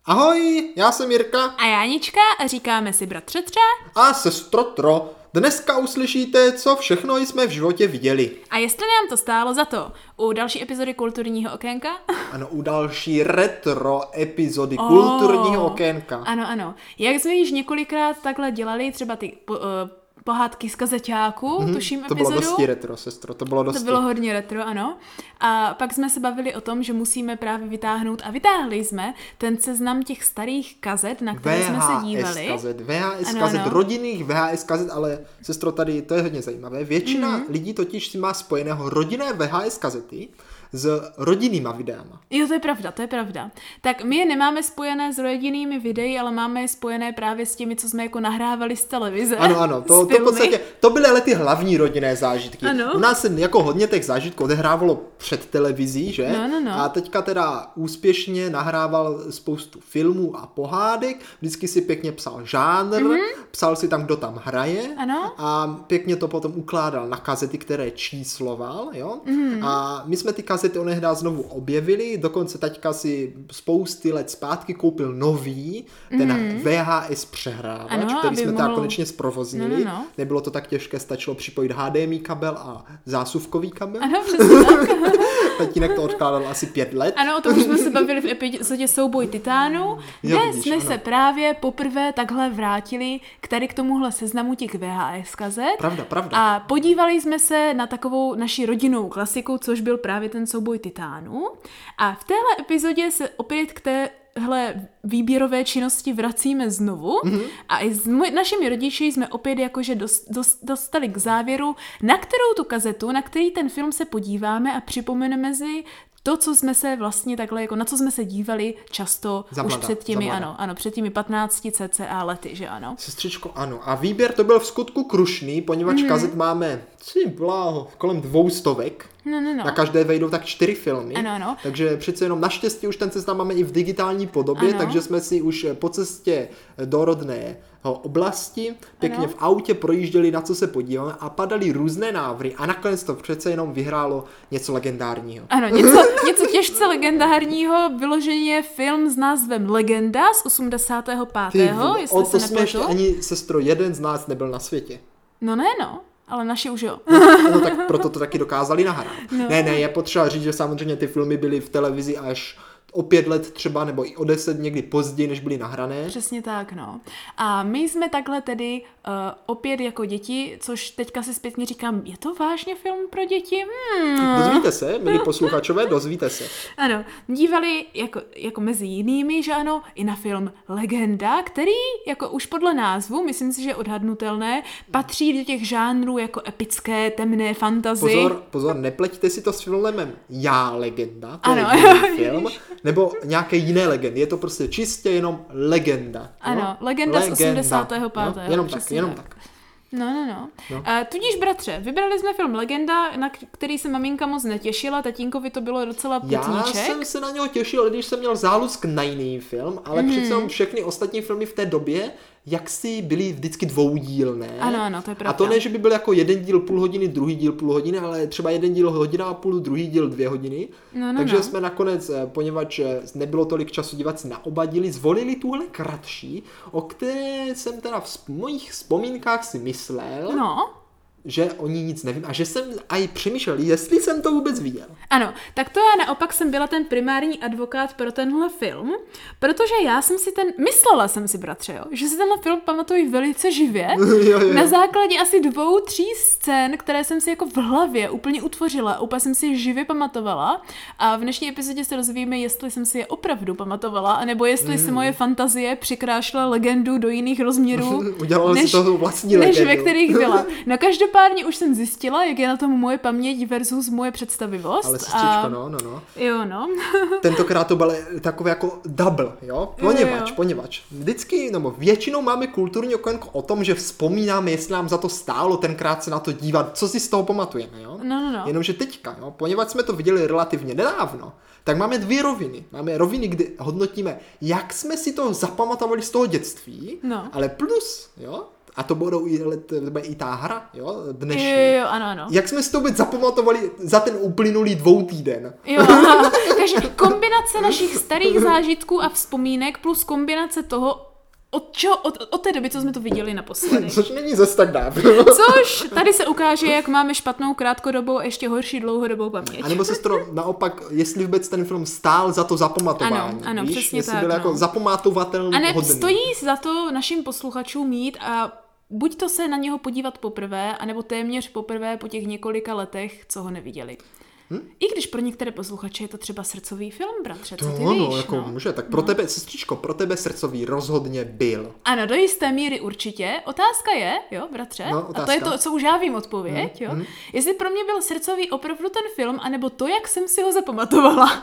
Ahoj, já jsem Jirka. A Jánička a říkáme si bratře Tře. A sestro Tro. Dneska uslyšíte, co všechno jsme v životě viděli. A jestli nám to stálo za to u další epizody Kulturního okénka? Ano, u další retro epizody Kulturního okénka. Ano. Jak jsme již několikrát takhle dělali, třeba ty pohádky z kazeťáku, tuším To epizodu. bylo dosti retro, sestro, to bylo dosti. To bylo hodně retro, ano. A pak jsme se bavili o tom, že musíme právě vytáhnout, a vytáhli jsme ten seznam těch starých kazet, na které jsme se dívali. VHS kazet, rodinných VHS kazet, ale sestro, tady to je hodně zajímavé. Většina lidí totiž si má spojeného rodinné VHS kazety s rodinnýma videama. Jo, to je pravda. Tak my je nemáme spojené s rodinnými videi, ale máme je spojené právě s těmi, co jsme jako nahrávali z televize. Ano, to v podstatě, to byly ale ty hlavní rodinné zážitky. Ano. U nás se jako hodně těch zážitků odehrávalo před televizí, že? No. A teďka teda úspěšně nahrával spoustu filmů a pohádek, vždycky si pěkně psal žánr, psal si tam, kdo tam hraje, ano. A pěkně to potom ukládal na kazety, které čísloval, jo? A my jsme ty kazety onehdá znovu objevili, dokonce taťka si spousty let zpátky koupil nový, ten VHS přehrávač, který jsme teda konečně zprovoznili. No. Nebylo to tak těžké, stačilo připojit HDMI kabel a zásuvkový kabel. Ano, přesně tak. Tatínek to odkládal asi 5 let. Ano, o tom už jsme se bavili v epizodě Souboj titánů, kde jsme se právě poprvé takhle vrátili k tomuhle seznamu těch VHS kazet. Pravda. A podívali jsme se na takovou naši rodinnou klasiku, což byl právě ten Souboj titánů. A v téhle epizodě se opět k téhle výběrové činnosti vracíme znovu. A i s našimi rodiči jsme opět jakože dostali k závěru, na kterou tu kazetu, na který ten film se podíváme a připomeneme si to, co jsme se vlastně takhle, jako na co jsme se dívali často už před těmi, ano, před těmi 15 cca lety, že ano. Sestřičko, ano. A výběr to byl v skutku krušný, poněvadž kazet máme kolem 200. No. Na každé vejdou tak 4 filmy. Ano. Takže přece jenom naštěstí už ten seznam máme i v digitální podobě, takže jsme si už po cestě do rodné oblasti pěkně v autě projížděli, na co se podíváme, a padaly různé návrhy a nakonec to přece jenom vyhrálo něco legendárního. Ano, něco těžce legendárního, vyloženě film s názvem Legenda z 85. jestli se nepletu. Ještě ani, sestro, jeden z nás nebyl na světě. No, ale naši už jo. No tak proto to taky dokázali nahrát. No. Ne, je potřeba říct, že samozřejmě ty filmy byly v televizi až o 5 let třeba, nebo i o 10 někdy později, než byly nahrané. Přesně tak, no. A my jsme takhle tedy opět jako děti, což teďka si zpětně říkám, je to vážně film pro děti? Dozvíte se, milí posluchačové, dozvíte se. Ano, dívali jako mezi jinými, že ano, i na film Legenda, který jako už podle názvu, myslím si, že odhadnutelné, patří do těch žánrů jako epické, temné fantasy. Pozor, nepleťte si to s filmem Já Legenda, to ano, je film, nebo nějaké jiné legendy. Je to prostě čistě jenom legenda. Ano, legenda z 85. Jenom tak. No. Tudíž, bratře, vybrali jsme film Legenda, na který se maminka moc netěšila, tatínkovi to bylo docela putníček. Já jsem se na něho těšil, když jsem měl zálusk na jiný film, ale přece jenom všechny ostatní filmy v té době jaksi byly vždycky dvoudílné. Ano, to je pravda. A to ne, že by byl jako jeden díl půl hodiny, druhý díl půl hodiny, ale třeba jeden díl hodina a půl, druhý díl 2 hodiny. Takže jsme nakonec, poněvadž nebylo tolik času dívat se na oba díly, zvolili tuhle kratší, o které jsem teda v mojich vzpomínkách si myslel, že o ní nic nevím a že jsem aj přemýšlel, jestli jsem to vůbec viděl. Ano, tak to já naopak jsem byla ten primární advokát pro tenhle film, protože myslela jsem si, bratře, že si tenhle film pamatuju velice živě, jo. Na základě asi 2-3 scén, které jsem si jako v hlavě úplně utvořila, úplně jsem si je živě pamatovala, a v dnešní epizodě se dozvíme, jestli jsem si je opravdu pamatovala, anebo jestli se moje fantazie přikrášla legendu do jiných rozměrů, Udělala si toho vlastní legendu. Než ve kterých byla. No každopádně už jsem zjistila, jak je na tom moje paměť versus moje představivost. Ale sestřičko, no. Jo, no. Tentokrát to bylo takové jako double, jo? Poněvadž vždycky, nebo většinou máme kulturní okénko o tom, že vzpomínáme, jestli nám za to stálo tenkrát se na to dívat, co si z toho pamatujeme, jo? No. Jenomže teďka, jo? Poněvadž jsme to viděli relativně nedávno, tak máme 2 roviny. Máme roviny, kdy hodnotíme, jak jsme si to zapamatovali z toho dětství, ale plus, jo? a to bude i ta hra, jo, dnešní. Jo, ano. Jak jsme si to vůbec zapamatovali za ten uplynulý 2 týden. Jo, takže kombinace našich starých zážitků a vzpomínek plus kombinace toho, od té doby, co jsme to viděli naposledy. Což není zase tak dávno. Což tady se ukáže, jak máme špatnou krátkodobou a ještě horší dlouhodobou paměť. A nebo sestro, naopak, jestli vůbec ten film stál za to zapamatování. Ano, víš? přesně jestli tak. byl jako zapamatovatelný, a ne, hodný. stojí za to našim posluchačům mít a buď to se na něho podívat poprvé, anebo téměř poprvé po těch několika letech, co ho neviděli. I když pro některé posluchače je to třeba srdcový film, bratře, co ty víš? Jako může, tak pro tebe, sestřičko, pro tebe srdcový rozhodně byl. Ano, do jisté míry určitě. Otázka je, jo, bratře, a to je to, co už já vím odpověď, jo, jestli pro mě byl srdcový opravdu ten film, anebo to, jak jsem si ho zapamatovala.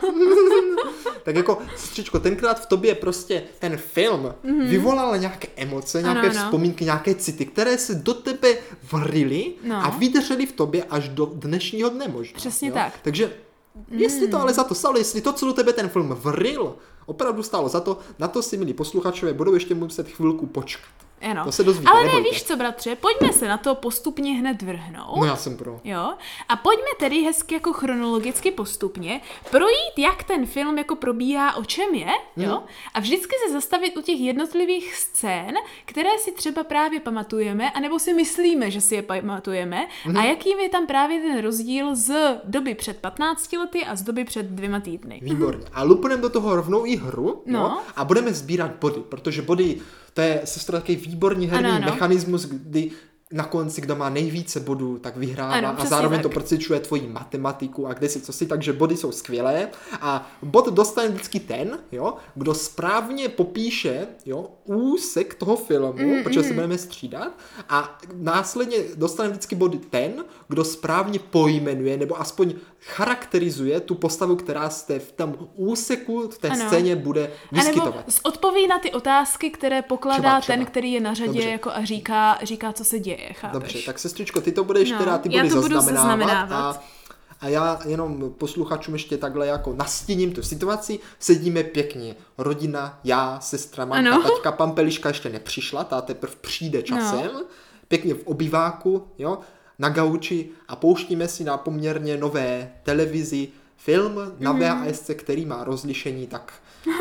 Tak jako, sestřičko, tenkrát v tobě prostě ten film vyvolal nějaké emoce, nějaké vzpomínky, nějaké city, které se do tebe vrily a vydržely v tobě až do dnešního dne možná. Přesně jo? tak. Takže jestli to ale za to stalo, jestli to, co do tebe ten film vril, opravdu stálo za to, na to si, milí posluchačové, budou ještě muset chvilku počkat. Ano. To se dozvíte, ale nebojte. ne, víš co, bratře, pojďme se na to postupně hned vrhnout. No já jsem pro. Jo? A pojďme tedy hezky jako chronologicky postupně projít, jak ten film jako probíhá, o čem je, jo? A vždycky se zastavit u těch jednotlivých scén, které si třeba právě pamatujeme, anebo si myslíme, že si je pamatujeme, a jaký je tam právě ten rozdíl z doby před 15 lety a z doby před 2 týdny. Výborně. A lupneme do toho rovnou i hru, jo? A budeme sbírat body, protože body, to je sestra takový výborný herní mechanismus, kdy na konci, kdo má nejvíce bodů, tak vyhrává a zároveň to procvičuje tvoji matematiku a kde si co si, takže body jsou skvělé a bod dostane vždycky ten, jo, kdo správně popíše, jo, úsek toho filmu, protože se budeme střídat a následně dostane vždycky body ten, kdo správně pojmenuje nebo aspoň charakterizuje tu postavu, která se v tom úseku, v té scéně bude vyskytovat. A nebo odpoví na ty otázky, které pokládá ten, který je na řadě jako a říká, co se děje. Chápeš? Dobře, tak sestřičko, ty to budeš teda ty body zaznamenávat a já jenom posluchačům ještě takhle jako nastíním tu situaci, sedíme pěkně, rodina, já, sestra, mamka, taťka, Pampeliška ještě nepřišla, ta teprve přijde časem, pěkně v obýváku, jo, na gauči a pouštíme si na poměrně nové televizi film na VHS, který má rozlišení tak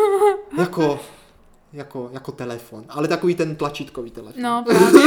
jako telefon, ale takový ten tlačítkový telefon. No, právě.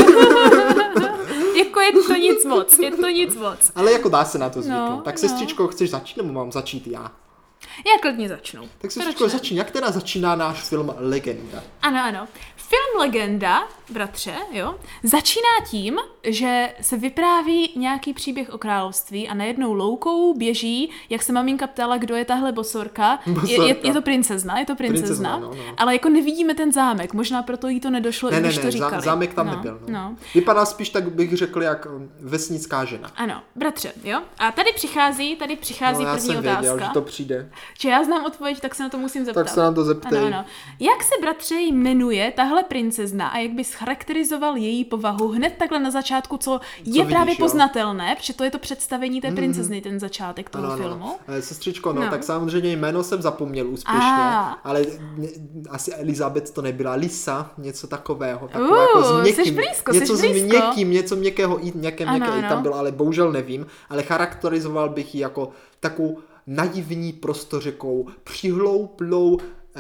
Jako je to nic moc. Ale jako dá se na to zvyknout. Tak sestřičko, chceš začít, nebo mám začít já? Já klidně začnu. Tak sestřičko, začni. Jak teda začíná náš film Legenda? Ano. Film Legenda, bratře, jo, začíná tím, že se vypráví nějaký příběh o království a najednou loukou běží, jak se maminka ptala, kdo je tahle bosorka. Je to princezna, no. Ale jako nevidíme ten zámek, možná proto jí to nedošlo, i když to říkali. Zámek tam nebyl. No. Vypadá spíš tak, bych řekl, jak vesnická žena. Ano, bratře, jo. A tady přichází první já jsem otázka. Věděl, že to přijde. Že já znám odpověď, tak se na to musím zeptat. Tak se na to zeptej. Ano. Jak se, bratře, jmenuje tahle princezna a jak bys charakterizoval její povahu hned takhle na začátku, co je právě poznatelné, protože to je to představení té princezny, ten začátek toho filmu. Sestřičko, tak samozřejmě jméno jsem zapomněl úspěšně, ale asi Elizabeth to nebyla, Lisa, něco takového. Jako s měkkým, něco s měkkým, něco měkkého měkké tam bylo, ale bohužel nevím, ale charakterizoval bych ji jako takovou naivní prostořekou, přihlouplou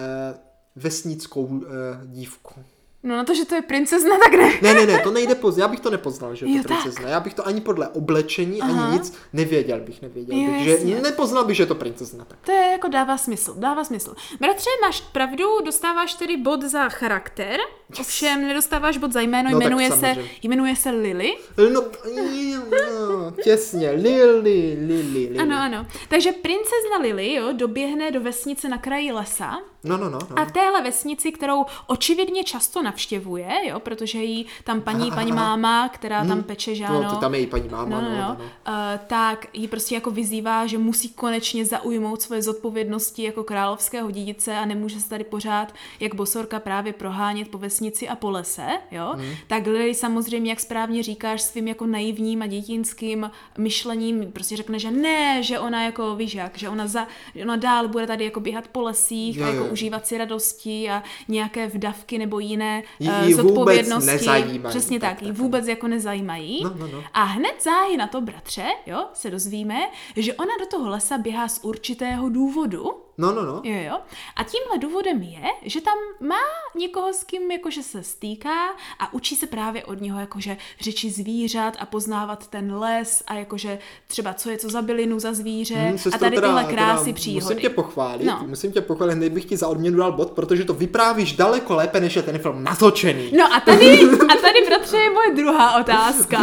vesnickou dívku. No na to, že to je princezna, tak ne. Ne, to nejde já bych to nepoznal, že je to princezna. Já bych to ani podle oblečení, ani nic nevěděl bych, že nepoznal bych, že je to princezna. Tak. To je jako dává smysl. Bratře, máš pravdu, dostáváš tedy bod za charakter, ovšem nedostáváš bod za jméno, jmenuje se Lily. No, těsně, Lily. Ano. Takže princezna Lily, jo, doběhne do vesnice na kraji lesa. No. A v téhle vesnici, kterou očividně často navštěvuje, jo, protože jí tam paní máma, která tam peče, že ano. No, to tam je jí paní máma, no. Tak jí prostě jako vyzývá, že musí konečně zaujmout svoje zodpovědnosti jako královského dědice a nemůže se tady pořád jak bosorka právě prohánět po vesnici a po lese, jo. Tak Lily samozřejmě, jak správně říkáš, svým jako naivním a dětinským myšlením prostě řekne, že ne, že ona jako, víš jak, že ona dál bude tady jako běhat po lesích a jako užívat si radosti a nějaké vdavky nebo jiné žádné jí zodpovědnosti. Nezajímají. Přesně tak, jí vůbec jako nezajímají. No. A hned záhy na to, bratře, jo, se dozvíme, že ona do toho lesa běhá z určitého důvodu. No. Jo. A tímhle důvodem je, že tam má někoho, s kým jakože se stýká a učí se právě od něho jakože řeči zvířat a poznávat ten les a jakože třeba co je co za bylinu, za zvíře a tady tyhle krásy přírody. Musím tě pochválit, hned bych ti za odměnu dal bod, protože to vyprávíš daleko lépe, než je ten film natočený. No a tady bratře, je moje druhá otázka.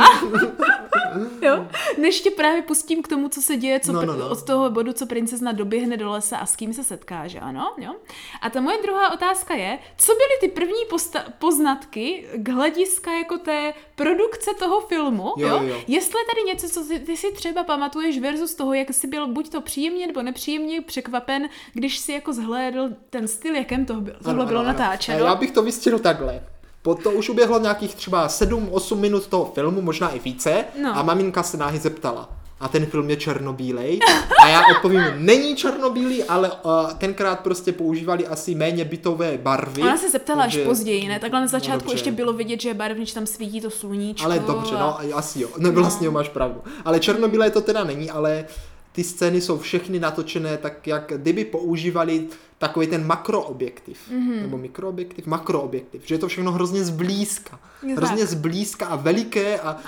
Jo? Než tě právě pustím k tomu, co se děje, od toho bodu, co princezna doběhne do lesa a s kým se setká, že ano? Jo? A ta moje druhá otázka je, co byly ty první poznatky k hlediska jako té produkce toho filmu, jo? Jestli tady něco, co ty si třeba pamatuješ versus toho, jak jsi byl buď to příjemně nebo nepříjemně překvapen, když si jako zhlédl ten styl, jakém tohle bylo natáčeno. Já bych to vystihl takhle. To už uběhlo nějakých třeba 7-8 minut toho filmu, možná i více, a maminka se náhy zeptala. A ten film je černobílej? A já odpovím, není černobílý, ale tenkrát prostě používali asi méně bitové barvy. Ona se zeptala až později, ne? Takhle na začátku ještě bylo vidět, že je barevný, že tam svítí to sluníčko. Ale dobře, asi jo. No vlastně máš pravdu. Ale černobílé to teda není, ale ty scény jsou všechny natočené tak, jak kdyby používali takový ten makroobjektiv. Nebo mikroobjektiv? Makroobjektiv. Že je to všechno hrozně zblízka. Hrozně zblízka a veliké a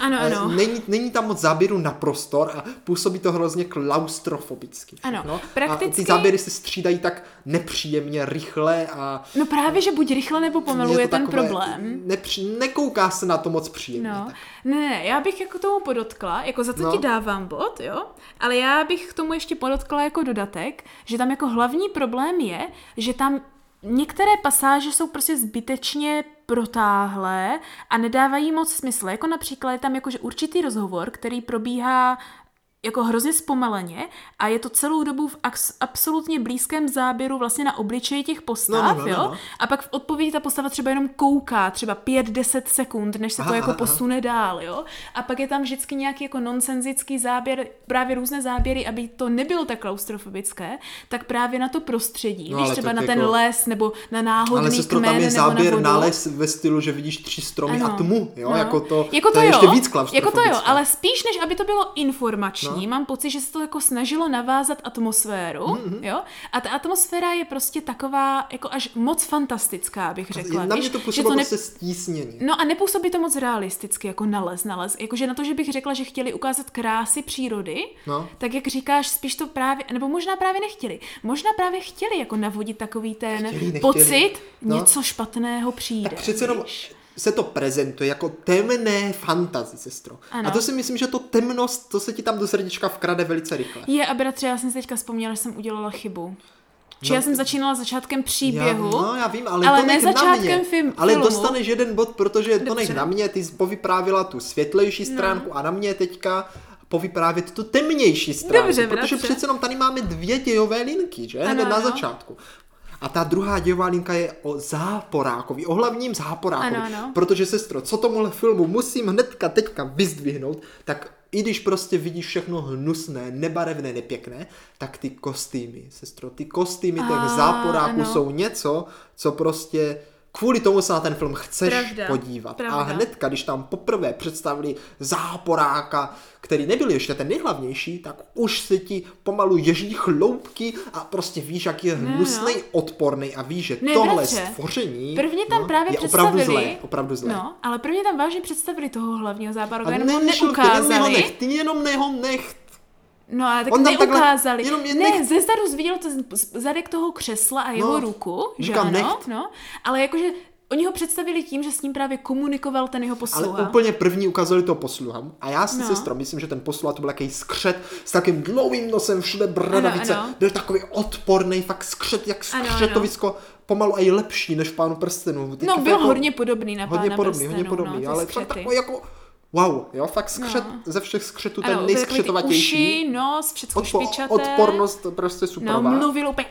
není tam moc záběru na prostor a působí to hrozně klaustrofobicky. Ano, prakticky... A ty záběry se střídají tak nepříjemně, rychle a... No právě, že buď rychle nebo pomalu je ten problém. Nekouká se na to moc příjemně. No. Ne, já bych jako tomu podotkla, jako za to ti dávám bod, jo, ale já bych k tomu ještě podotkla jako dodatek, že tam jako hlavní problém je, že tam některé pasáže jsou prostě zbytečně protáhlé a nedávají moc smysl. Jako například je tam jakože určitý rozhovor, který probíhá jako hrozně zpomaleně a je to celou dobu v absolutně blízkém záběru vlastně na obličeji těch postav, jo? A pak v odpovědi ta postava třeba jenom kouká, třeba 5-10 sekund, než se to jako posune dál, jo? A pak je tam vždycky nějaký jako nonsenzický záběr, právě různé záběry, aby to nebylo tak klaustrofobické, tak právě na to prostředí, víš, třeba na ten les nebo na náhodný kmen tam je záběr nebo na les ve stylu, že vidíš 3 stromy a tmu, jo? Jako to je jo, ještě víc klaustrofobické. Jako to jo, ale spíš než aby to bylo informační. Mám pocit, že se to jako snažilo navázat atmosféru, jo? A ta atmosféra je prostě taková jako až moc fantastická, bych řekla. Na mě to působilo prostě stísnění. No a nepůsobí to moc realisticky, jako na les. Jakože na to, že bych řekla, že chtěli ukázat krásy přírody, tak jak říkáš, spíš to právě, nebo možná právě nechtěli. Možná právě chtěli jako navodit takový ten pocit, něco špatného přijde. Tak přece jenom se to prezentuje jako temné fantasy, sestro. Ano. A to si myslím, že to temnost, to se ti tam do srdíčka vkrade velice rychle. A bratře, já jsem si teďka vzpomněla, že jsem udělala chybu. Já jsem začínala začátkem příběhu, já vím, ale to ne začátkem filmu. Ale dostaneš jeden bod, protože to nech na mě, ty jsi povyprávila tu světlejší stránku a na mě teďka povyprávět tu temnější stránku. Dobře, protože přece jenom tady máme 2 dějové linky, že? Hned na začátku. A ta druhá dějová linka je o záporákovi, o hlavním záporákovi. Ano. Protože, sestro, co tomuhle filmu musím hnedka teďka vyzdvihnout, tak i když prostě vidíš všechno hnusné, nebarevné, nepěkné, tak ty kostýmy, sestro, ty kostýmy těch záporáků jsou něco, co prostě... Kvůli tomu se na ten film chceš podívat. A hnedka, když tam poprvé představili záporáka, který nebyl ještě ten nejhlavnější, tak už se ti pomalu ježí chloupky a prostě víš, jak je hnusnej, odporný a víš, že tohle stvoření právě je opravdu zlé. No, ale prvně tam vážně představili toho hlavního záporáka, jenom ho neukázali. Ty jenom ho nech. No a tak neukázali. Ze zadu jsi viděl zadek toho křesla a jeho ruku, že ano? Ale jakože oni ho představili tím, že s ním právě komunikoval ten jeho posluha. Ale úplně první ukázali toho posluha. A já si, sestro, myslím, že ten posluha to byl takový skřet s takým dlouhým nosem, všude bradavice. Byl takový odporný, fakt skřet, jak skřetovisko. Pomalu i lepší než v Pánu prstenů. Byl hodně podobný na Pána prstenů. Hodně podobný, ale fakt takový jako... Wow, jo, fakt skřet, ze všech skřetů ten nejskřetovatější. Uši, nos, všechno špičaté. Odpornost prostě superová. No, mluvil úplně...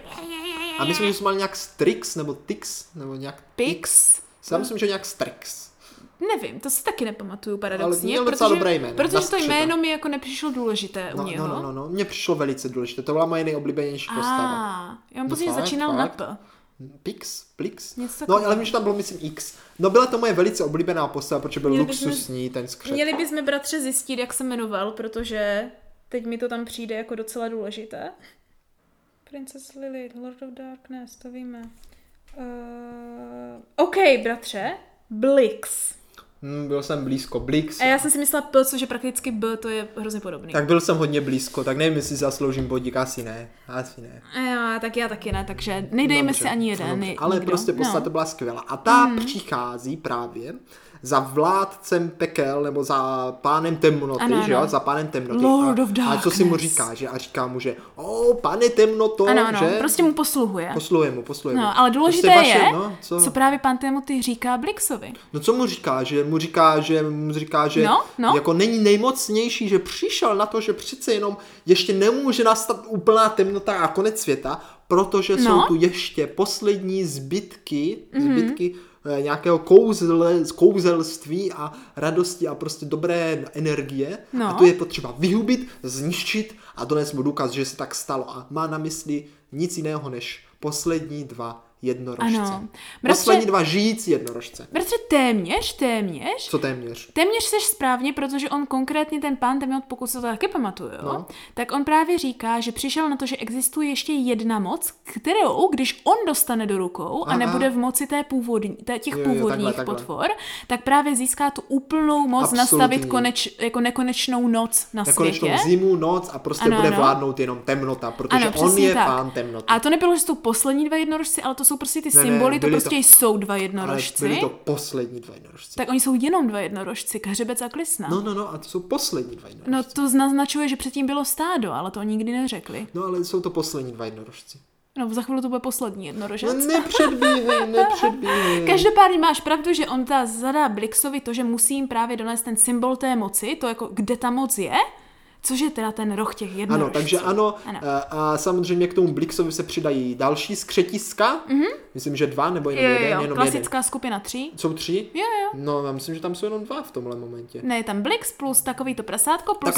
A myslím, že jsme měli nějak Strix, nebo Tix, nebo nějak Pix. Já myslím, že nějak Strix. Nevím, to si taky nepamatuju paradoxně, ale protože to jméno mi jako nepřišlo důležité u něho. No, mně přišlo velice důležité, to byla moje nejoblíbenější postava. Já mám pocit, že začínal na P. Plix? No, ale vím, že tam bylo, myslím, X. No, byla to moje velice oblíbená postava, protože byl luxusní ten skřet. Měli bychom, bratře, zjistit, jak se jmenoval, protože teď mi to tam přijde jako docela důležité. Princess Lily, Lord of Darkness, to víme. OK, bratře. Blix. Byl jsem blízko. Blix. A já jsem si myslela P, což je prakticky B, to je hrozně podobný. Tak byl jsem hodně blízko, tak nevím, jestli zasloužím bodík, asi ne. Tak já taky ne, takže nejdejme si ani jeden. Ale nikdo. prostě postava to byla skvělá. A ta přichází právě za vládcem pekel, nebo za pánem temnoty, že jo? Za pánem temnoty. Lord of Darkness. A co si mu říká, že? A říká mu, že pane temnoto, ano, že? Prostě mu posluhuje. Posluhuje mu. No, ale důležité prostě je, co právě pán Temnoty říká Blixovi. No co mu říká? Že mu říká, že jako není nejmocnější, že přišel na to, že přece jenom ještě nemůže nastat úplná temnota a konec světa, protože jsou tu ještě poslední zbytky nějakého kouzelství a radosti a prostě dobré energie. A tu je potřeba vyhubit, zničit a donést mu důkaz, že se tak stalo. A má na mysli nic jiného než poslední 2 jednorožce. Ano. Poslední 2 žijící jednorožce. Bratře, téměř. Co téměř? Téměř seš správně, protože on konkrétně ten pán Temnot, pokud se to taky pamatuju, tak on právě říká, že přišel na to, že existuje ještě jedna moc, kterou, když on dostane do rukou a nebude v moci těch původních potvor, tak právě získá tu úplnou moc nastavit jako nekonečnou noc na světě. Nekonečnou zimu, noc a prostě bude vládnout jenom temnota, protože on je pán temnoty. A to nebylo, že jsou poslední 2 jednorožci, ale to jsou prostě ty symboly, to prostě jsou 2 jednorožci. Ale byli to poslední 2 jednorožci. Tak oni jsou jenom 2 jednorožci, Hřebec a Klisna. No, a to jsou poslední 2 jednorožci. No to naznačuje, že předtím bylo stádo, ale to nikdy neřekli. No ale jsou to poslední 2 jednorožci. No za chvíli to bude poslední jednorožec. No nepředbíhej. Každopádně máš pravdu, že on zadá Blixovi to, že musí jim právě donést ten symbol té moci, to jako kde ta moc je. Což je teda ten roh těch jednorožců. Ano, takže ano. A samozřejmě k tomu Blixovi se přidají další skřetiska. Myslím, že 2 nebo jenom jeden. Jenom klasická skupina 3. Jsou 3? Jo. No, já myslím, že tam jsou jenom 2 v tomhle momentě. Ne, je tam Blix plus takový to prasátko plus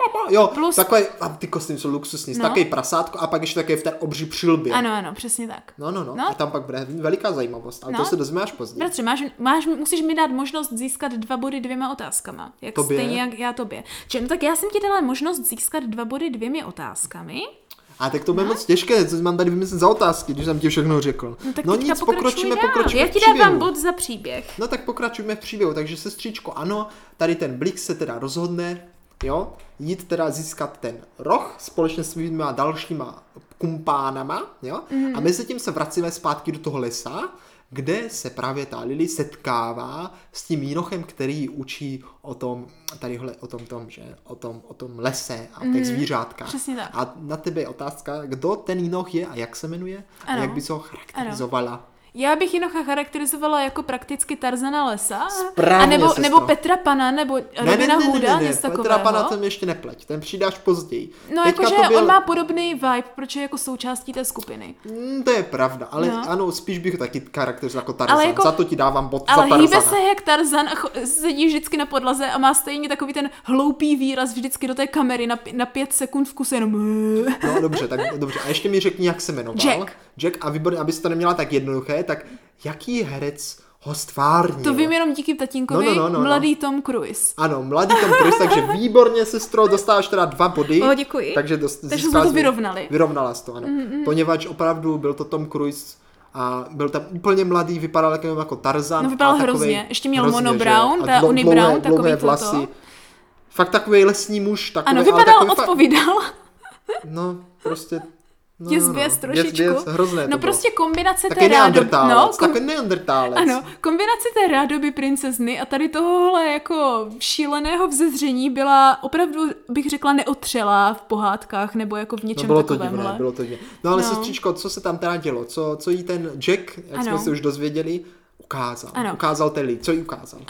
plus takové, a ty kostýmy jsou luxusní, takový prasátko a pak ještě také v té obří přilbě. Ano, přesně tak. No. A tam pak bude veliká zajímavost, ale to se dozvíš později. Bratře, musíš mi dát možnost získat 2 body 2 otázkama. Stejně jak já tobě. No tak já jsem ti dala možnost získat 2 body 2 otázkami. A tak to bude moc těžké, co mám tady vymyslet za otázky, když jsem ti všechno řekl. No tak nic, pokročíme Já ti dávám bod za příběh. No tak pokračujeme v příběhu, takže sestřičko, ano, tady ten Blix se teda rozhodne, jít teda získat ten roh společně s svýma dalšíma kumpánama, a mezi tím se vracíme zpátky do toho lesa, kde se právě ta Lily setkává s tím jinochem, který učí o tom, o tom lese a těch zvířátkách. Přesně tak. A na tebe je otázka, kdo ten jinoch je a jak se jmenuje a jak bys ho charakterizovala. Já bych Jinocha charakterizovala jako prakticky Tarzana lesa. Správně, nebo Petra Pana, nebo Robina Hooda, něco takového. Petra Pana ten ještě nepleť, ten přidáš později. No jakože on má podobný vibe, protože je jako součástí té skupiny. To je pravda, ale ano, spíš bych taky charakterizoval jako Tarzan, za to ti dávám bod za Tarzana. Ale hýbe se jak Tarzan a sedí vždycky na podlaze a má stejně takový ten hloupý výraz vždycky do té kamery na 5 sekund v kuse jenom. No dobře. A ještě mi řekni, jak se jmenoval. Jack a výborně, abys to neměla tak jednoduché, tak jaký herec ho stvárnil? To vím jenom díky tatínkovi, mladý Tom Cruise. Ano, mladý Tom Cruise, takže výborně, sestro, dostáváš teda 2 body. Děkuji. Takže jsme to vyrovnali. Vyrovnala jsi to, ano. Poněvadž opravdu byl to Tom Cruise a byl tam úplně mladý, vypadal jako Tarzan. No vypadal hrozně, ještě měl monobrown, ta unibrown, takový vlasy. Fakt takový lesní muž. Ano, vypadal, odpovídal. No, prostě... Zběs trošičku. Hrozné no prostě bylo. kombinace té rádoby. Takový neandertálec. Ano, kombinace té rádoby princezny a tady tohohle jako šíleného vzezření byla opravdu, bych řekla, neotřelá v pohádkách nebo jako v něčem takovémhle. Bylo to divné. No ale sestřičko, co se tam teda dělo? Co jí ten Jack, jak jsme se už dozvěděli, ukázal? Ano. Ukázal Telly. Co jí ukázal? Ano.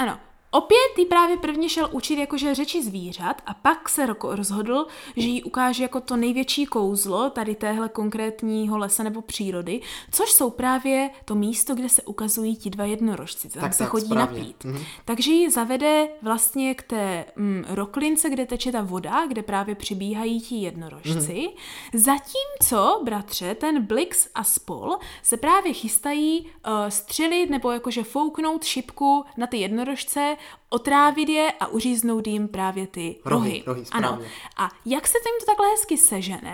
Opět jí právě prvně šel učit jakože řeči zvířat a pak se rozhodl, že jí ukáže jako to největší kouzlo tady téhle konkrétního lesa nebo přírody, což jsou právě to místo, kde se ukazují ti dva jednorožci, tam se chodí napít. Takže ji zavede vlastně k té roklince, kde teče ta voda, kde právě přibíhají ti jednorožci. Zatímco, bratře, ten Blix a spol se právě chystají střelit nebo jakože fouknout šipku na ty jednorožce, otrávit je a uříznout jim právě ty rohy. Ano. A jak se to jim to takhle hezky sežene?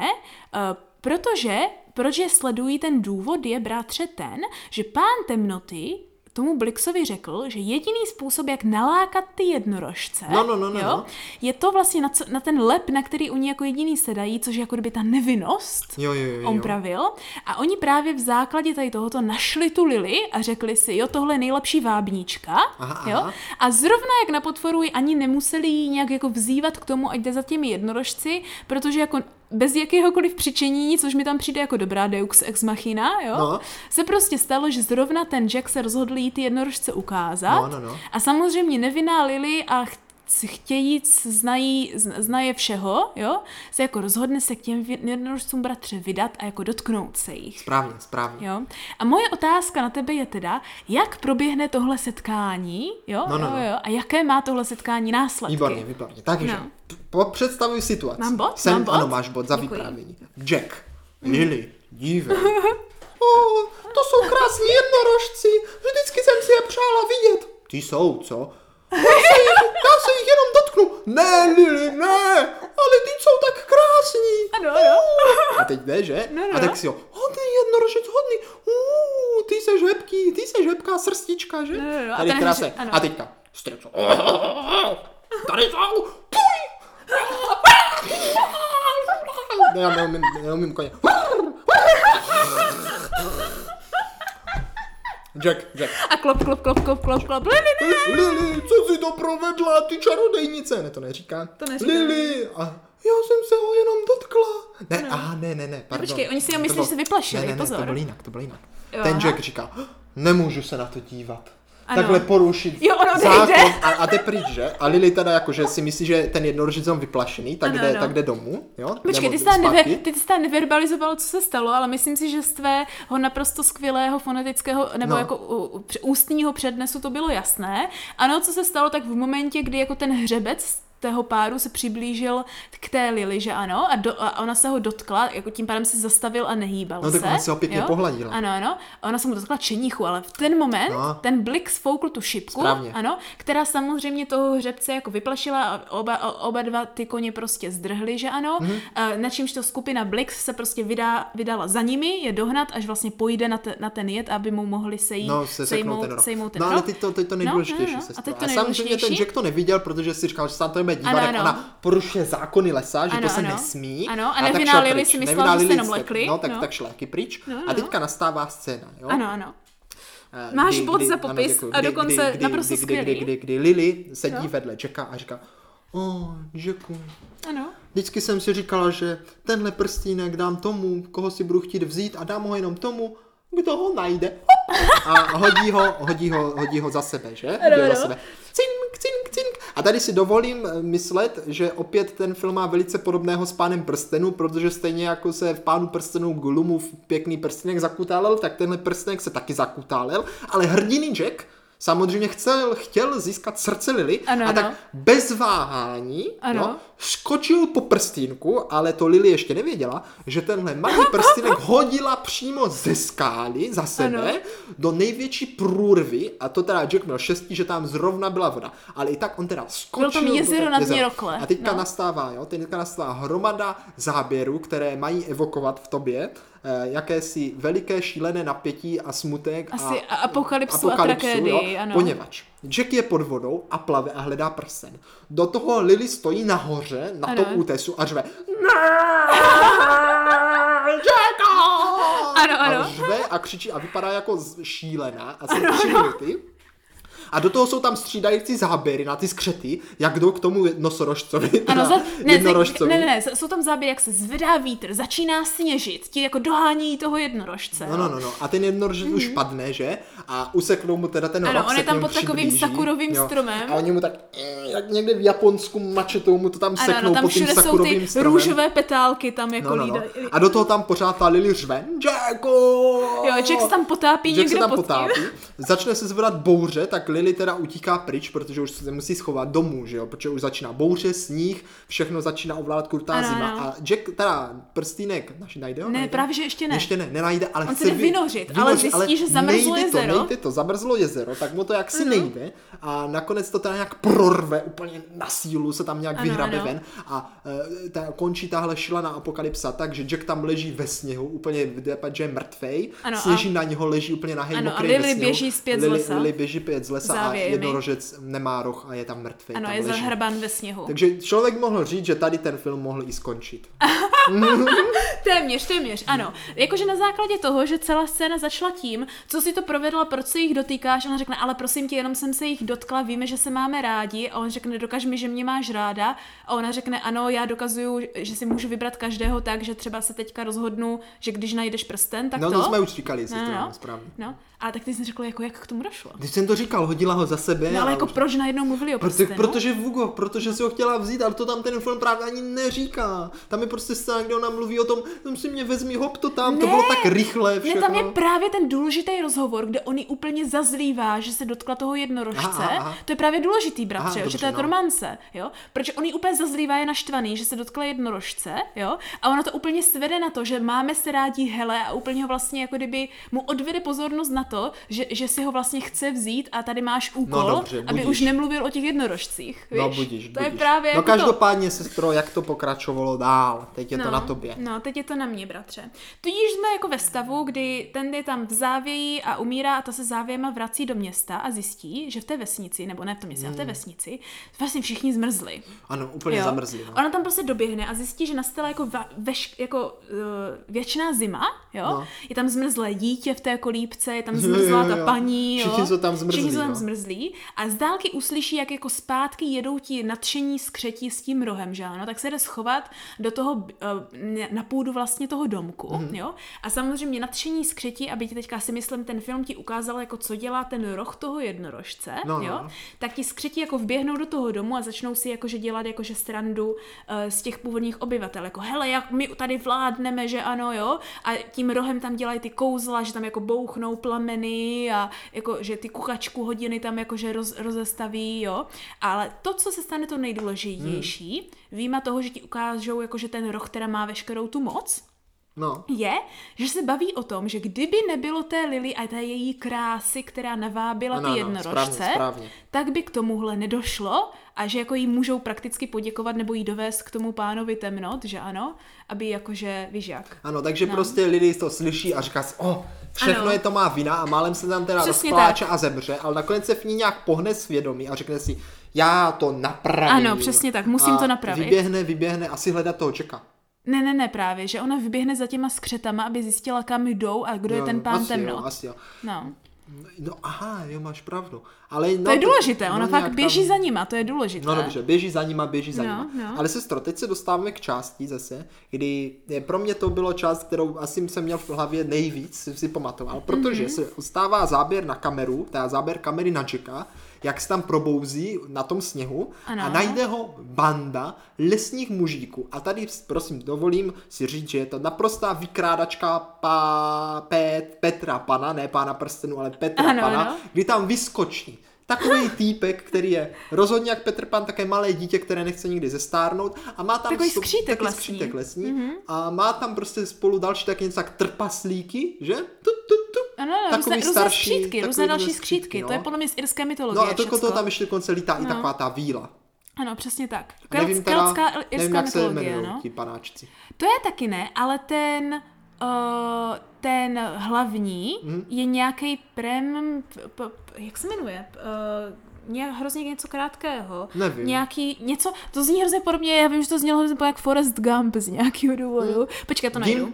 Proč je sledují, ten důvod je, bratře, ten, že pán temnoty tomu Blixovi řekl, že jediný způsob, jak nalákat ty jednorožce, je to vlastně na ten lep, na který oni jako jediný sedají, což je jako kdyby ta nevinnost, on pravil. A oni právě v základě tady tohoto našli tu Lily a řekli si, jo, tohle je nejlepší vábníčka, jo. A zrovna jak na potvoru ani nemuseli jí nějak jako vzývat k tomu, ať jde za těmi jednorožci, protože jako bez jakéhokoliv přičinění, což mi tam přijde jako dobrá Deux ex machina, jo, se prostě stalo, že zrovna ten Jack se rozhodl jí ty jednorožce ukázat. A samozřejmě nevinná Lily a chtějíc znaje všeho, jo, se jako rozhodne se k těm jednorožcům, bratře, vydat a jako dotknout se jich. Správně. Jo. A moje otázka na tebe je teda, jak proběhne tohle setkání, jo, a jaké má tohle setkání následky. Výborně. Takže představuj situaci. Mám bod? Ano, máš bod za vyprávění. Jack, Lily, dívej. To jsou krásní jednorožci. Vždycky jsem si je přála vidět. Ty jsou, co? Já se jich jenom dotknu. Ne, Lily, ne, ale ty jsou tak krásní. Ano. A teď jde, že? No. A tak si hodný jednorožec, hodný. Ty seš hebká srstička, že? No. Tady krásně. A teďka. Střeco. Tady jsou. Ne, já neumím koně. Jack. A klop. Lily, co jsi to provedla, ty čarodejnice? Ne, to neříká. Lily, a já jsem se ho jenom dotkla. Ne, pardon. Počkej, oni si ho myslí, že se vyplašili, pozor. To bylo jinak. Ten Jack říká, nemůžu se na to dívat. Takhle porušit zákon a jde pryč, že? A Lily teda jakože si myslí, že ten jednorožec je vyplašený, tak jde domů, jo? Počkej, ty jsi tam neverbalizoval, co se stalo, ale myslím si, že z tvého naprosto skvělého fonetického nebo jako ústního přednesu to bylo jasné. Ano, co se stalo, tak v momentě, kdy jako ten hřebec tého páru se přiblížil k té Lily, že ano, a ona se ho dotkla, jako tím pádem se zastavil a nehýbal se. No tak ona se ho pěkně pohladila. Ano, ona se mu dotkla čenichu, ale v ten moment ten Blix foukl tu šipku, ano, která samozřejmě toho hřebce jako vyplašila a oba dva ty koně prostě zdrhly, že ano, na čímž to skupina Blix se prostě vydala za nimi, je dohnat, až vlastně pojde na ten jed, aby mu mohli sejmout ten roh. Ale teď to nejdůležitější se stalo. A samozřejmě ten Jack to neviděl, protože si říkal, že se tam dívat, jak ona porušuje zákony lesa, že to se nesmí. Ano, a nevinná Lily si myslela, že se jenom lekli. Tak šléky pryč. A teďka nastává scéna, jo? Ano. Máš bod za popis a dokonce naprosto skvělý. Kdy Lily sedí vedle Jacka a říká, Jacku, vždycky jsem si říkala, že tenhle prstínek dám tomu, koho si budu chtít vzít a dám ho jenom tomu, kdo ho najde. A hodí ho za sebe, že? Za sebe. Cink. A tady si dovolím myslet, že opět ten film má velice podobného s Pánem prstenů, protože stejně jako se v Pánu prstenů Gollumův pěkný prstenek zakutálel, tak tenhle prstenek se taky zakutálel, ale hrdinný Jack samozřejmě chtěl získat srdce Lily a tak bez váhání skočil po prstínku, ale to Lily ještě nevěděla, že tenhle malý prstýnek hodila přímo ze skály za sebe do největší průrvy a to teda Jack měl štěstí, že tam zrovna byla voda, ale i tak on teda skočil. Bylo tam jezero na dně Rokle. A teďka nastává hromada záběrů, které mají evokovat v tobě jakési veliké šílené napětí a smutek asi a apokalypsu a tragédii, ano. Poněvadž Jack je pod vodou a plave a hledá prsten. Do toho Lily stojí nahoře na tom útesu a řve Jacka! Ano. A řve a křičí a vypadá jako šílená a jsou 3 minuty. A do toho jsou tam střídající záběry na ty skřety, jak jdou k tomu nosorožcovi. Jednorožcovi. Ne, jsou tam záběry, jak se zvedá vítr, začíná sněžit, ti jako dohání toho jednorožce. No. A ten jednorožec už padne, že? A useknou mu teda ten roh. Ano, on je tam pod takovým sakurovým stromem. A oni mu tak, jak někde v Japonsku mačetou mu to tam seknou tam pod tím sakurovým stromem. Růžové petálky tam jako lídají. A do toho tam pořád ta Lily řve. Jacko! Jo, Jack se tam potápí někde pod tím. Začne se zvedat bouře, tak Lily teda utíká pryč, protože už se musí schovat domů, že jo? Protože už začíná bouře, sníh, všechno začíná ovládat krutá zima. A Jack teda prstýnek najde ho? Ne, právě že ještě ne. Ještě nenajde, ale on chce vynořit, ale zjistí, že zamrzlo jezero. Nejde to, zamrzlo jezero, tak mu to jaksi nejde a nakonec to teda nějak prorve úplně na sílu, se tam nějak vyhrabe ven a končí tahle šílená apokalypsa tak, že Jack tam leží ve sněhu, úplně vypadá, že je mrtvej, sněží na něho, leží úplně nahej, mokrý ve sněhu. Lily běží zpět z lesa. Lily běží zpět z lesa a jednorožec nemá roh a je tam mrtvej. Ano, je zahrabán ve sněhu. Takže člověk mohl říct, že tady ten film mohl i skončit. Téměř, ano. Jakože na základě toho, že celá scéna začala tím, co si to provedla, proč se jich dotýkáš, ona řekne, ale prosím tě, jenom jsem se jich dotkla, víme, že se máme rádi, a on řekne, dokaž mi, že mě máš ráda, a ona řekne, ano, já dokazuju, že si můžu vybrat každého tak, že třeba se teďka rozhodnu, že když najdeš prsten, tak to jsme už říkali, jestli to mám správně. No, ale tak ty jsi řekla, jako jak k tomu došlo. Když jsem to říkal, hodila ho za sebe. No, ale jako proč najednou mluvili o prstenu? Protože si ho chtěla vzít, ale to tam ten film právě ani neříká. Tam je prostě scéna, kde ona mluví o tom, si mě vezmi, hop to tam, to bylo tak rychle všechno. Ne, tam je právě ten důležitý rozhovor, kde on ji úplně zazlívá, že se dotkla toho jednorožce. To je právě důležitý, bratře, že to je romance, jo? Protože on ji úplně zazlívá, je naštvaný, že se dotkla jednorožce, jo? A ono to úplně svede na to, že máme se rádi, hele, a úplně ho vlastně jako kdyby mu odvede pozornost na to, že si ho vlastně chce vzít a tady máš úkol, aby už nemluvil o těch jednorožcích, víš? No budíš. To je právě jako každopádně, sestro, jak to pokračovalo dál, teď je to na tobě. No, teď je to na mě, bratře. Tudíž jsme jako ve stavu, kdy ten je tam v závěji a umírá a ta se závějema vrací do města a zjistí, že v té vesnici, nebo ne v tom městě, ale v té vesnici, vlastně všichni zmrzli. Ano, úplně zamrzli. No. Ona tam prostě doběhne a zjistí, že nastala jako věčná zima, jo? No. Je tam zmrzlé dítě v té kolípce, je tam zmrzlá ta paní, jo? Všichni jsou tam zmrzlí. A z dálky uslyší, jak jako zpátky jedou ti nadšení skřetí s tím rohem, že ano? Tak se jde schovat do toho, na půdu vlastně toho domku, jo? A samozřejmě nadšení skřetí, aby ti teďka si myslím, ten film ti ukázal, jako co dělá ten roh toho jednorožce, jo? Tak ti skřetí jako vběhnou do toho domu a začnou si jakože dělat jakože srandu z těch původních obyvatel, jako hele, jak my tady vládneme, že ano, jo? A tím rohem tam dělají ty kouzla, že tam jako bouchnou plameny a jako, že ty kuchačku hodiny tam jakože rozestaví, jo? Ale to, co se stane to nejdůležitější, výjima toho, že ti ukážou jakože ten roh, která má veškerou tu moc, je, že se baví o tom, že kdyby nebylo té Lily a té její krásy, která navábila ty jednorožce, správně. Tak by k tomuhle nedošlo a že jako jí můžou prakticky poděkovat nebo jí dovést k tomu pánovi temnot, že ano, aby jakože, víš jak. Ano, takže prostě Lily to slyší a říká si, všechno je to má vina a málem se tam teda rozpláče a zemře, ale nakonec se v ní nějak pohne svědomí a řekne si, já to napravím. Ano, přesně tak, musím to napravit. Vyběhne asi hledat toho Jacka. Ne, právě, že ona vyběhne za těma skřetama, aby zjistila, kam jdou a kdo je ten pán temnot. Asi jo. No, aha, jo, máš pravdu. Ale to je důležité, ona fakt běží za nima, to je důležité. No dobře, běží za nima. Ale sestro, teď se dostáváme k části zase, kdy pro mě to bylo část, kterou asi jsem měl v hlavě nejvíc, si pamatoval, protože se stává záběr na kameru, teda záběr kamery na Jacka, jak se tam probouzí na tom sněhu a najde ho banda lesních mužíků. A tady, prosím, dovolím si říct, že je to naprostá vykrádačka Petra Pana, ne Pána prstenů, ale Petra Pana, kdy tam vyskočí takový týpek, který je rozhodně jak Petr Pan, také malé dítě, které nechce nikdy zestárnout a má tam takový skřítek lesní a má tam prostě spolu další taky něco tak trpaslíky, že? Ano, různé další skřítky, to je podle mě z irské mytologie. No a to tam ještě dokonce lítá i taková ta víla. Ano, přesně tak. Nevím, jak se jmenují ti panáčci. To je taky ne, ale ten hlavní je nějaký jak se jmenuje? Hrozně něco krátkého. Nevím. Něco, to zní hrozně podobně, já vím, že to znělo hrozně jak Forrest Gump z nějakého důvodu. Počkej, to najdu.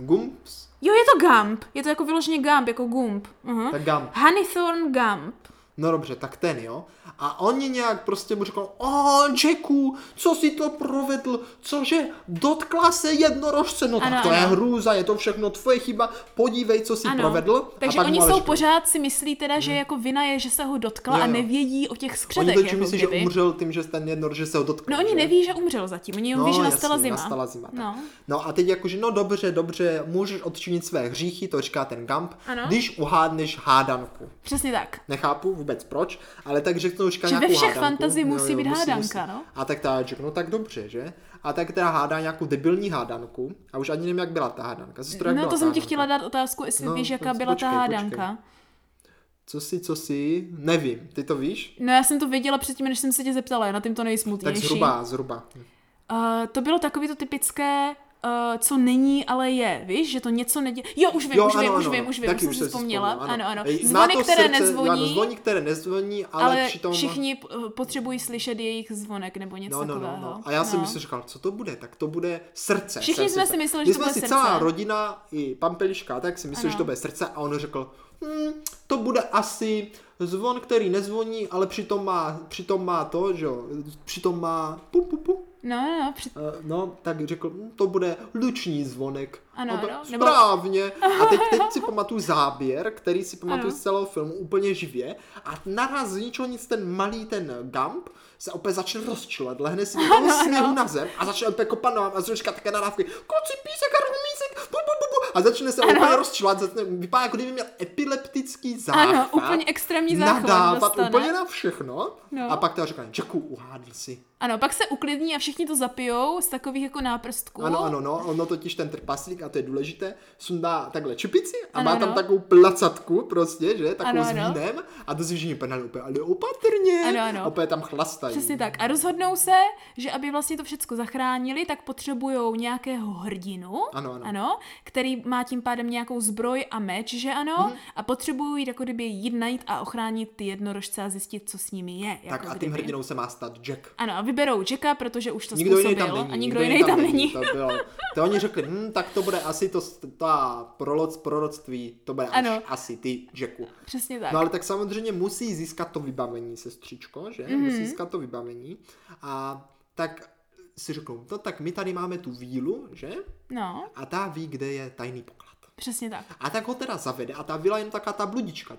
Gumps? Jo, je to Gump. Je to jako vyloženě Gump, jako Gump. Tak Gump. Honeythorn Gump. No dobře, tak ten, jo. A oni nějak prostě mu řekl, Jacku, co jsi to provedl, cože, dotkla se jednorožce, no tak to je hrůza, je to všechno tvoje chyba, podívej, co jsi provedl. Takže a oni jsou pořád si myslí teda, že jako vina je, že se ho dotkla a nevědí o těch skřetech. Oni myslí, že umřel tím, že ten jednorožec, že se ho dotkl. No oni neví, že umřel zatím, oni ví, že nastala zima. No a teď jakože, no dobře, můžeš odčinit své hříchy, to říká ten Gump, když uhádneš hádanku. Přesně tak. Nechápu vůbec proč, ale tak řeknou, říká nějakou hádanku. Ve všech fantazii musí být hádanka, no. A tak ta řeknu, no tak dobře, že? A tak teda hádá nějakou debilní hádanku a už ani nevím, jak byla ta hádanka. No to jsem ti chtěla dát otázku, jestli víš, jaká byla ta hádanka. Co si, nevím, ty to víš? No já jsem to věděla předtím, než jsem se tě zeptala, na tím to nejsmutnější. Tak zhruba. To bylo takový to typické, co není, ale je, víš, že to něco nedělá. Jo, už vím, už jsem si vzpomněla. Ano. Zvony, které nezvoní, ale přitom... všichni potřebují slyšet jejich zvonek nebo něco takového. No. A já jsem si říkal, co to bude? Tak to bude srdce. Všichni jsme si mysleli, že to bude srdce. Celá rodina i pan Peliška, tak si mysleli, že to bude srdce a on řekl, to bude asi zvon, který nezvoní, ale přitom má to, že jo, přitom má pu. No, tak řekl, to bude luční zvonek. Ano. Správně. A teď si pamatuju záběr, který si pamatuju z celého filmu úplně živě. A naraz z ničeho nic ten malý, ten Gump, se opět začne rozčilet, lehne si do sněhu na zem a začne opět kopat a začne říkat také nadávky. Koci, písek a rumísek, a začne se opět rozčilat. Vypadá, jako kdyby měl epileptický záchvat. Ano, úplně extrémní záchvat. Nadávat úplně na všechno. No. A pak to říká, Jacku, uhádl si. Ano, pak se uklidní a všichni to zapijou z takových jako náprstků. Ano, ono totiž ten trpaslík, a to je důležité, sundá takhle čepici a má tam takovou placatku prostě, že, takovou s vínem a to si všichni penali úplně, ale opatrně, opět tam chlastají. Přesně tak a rozhodnou se, že aby vlastně to všecko zachránili, tak potřebujou nějakého hrdinu, ano, který má tím pádem nějakou zbroj a meč, že ano, a potřebují jako kdyby jít najít a ochránit ty jednorožce a zjistit, co s nimi je. Tak a tím hrdinou se má stát Jack. Ano, a vyberou Jacka, protože už to způsobil a nikdo jiný tam není. To oni řekli, tak to bude asi ta proroctví, to bude asi ty, Jacku. Přesně tak. No ale tak samozřejmě musí získat to vybavení, sestřičko, že? Musí získat to vybavení a tak si řeknou, no tak my tady máme tu vílu, že? No. A ta ví, kde je tajný poklad. Přesně tak. A tak ho teda zavede a ta vila je jen taká ta bludička,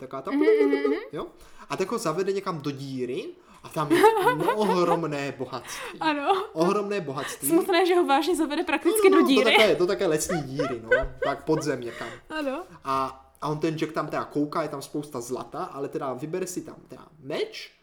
jo? A tak ho zavede někam do díry a tam je ohromné bohatství. Ano. Ohromné bohatství. Smutné, že ho vážně zavede prakticky do díry. To také lesní díry, no. Tak podzem někam. Ano. A on ten Jack tam teda kouká, je tam spousta zlata, ale teda vybere si tam teda meč,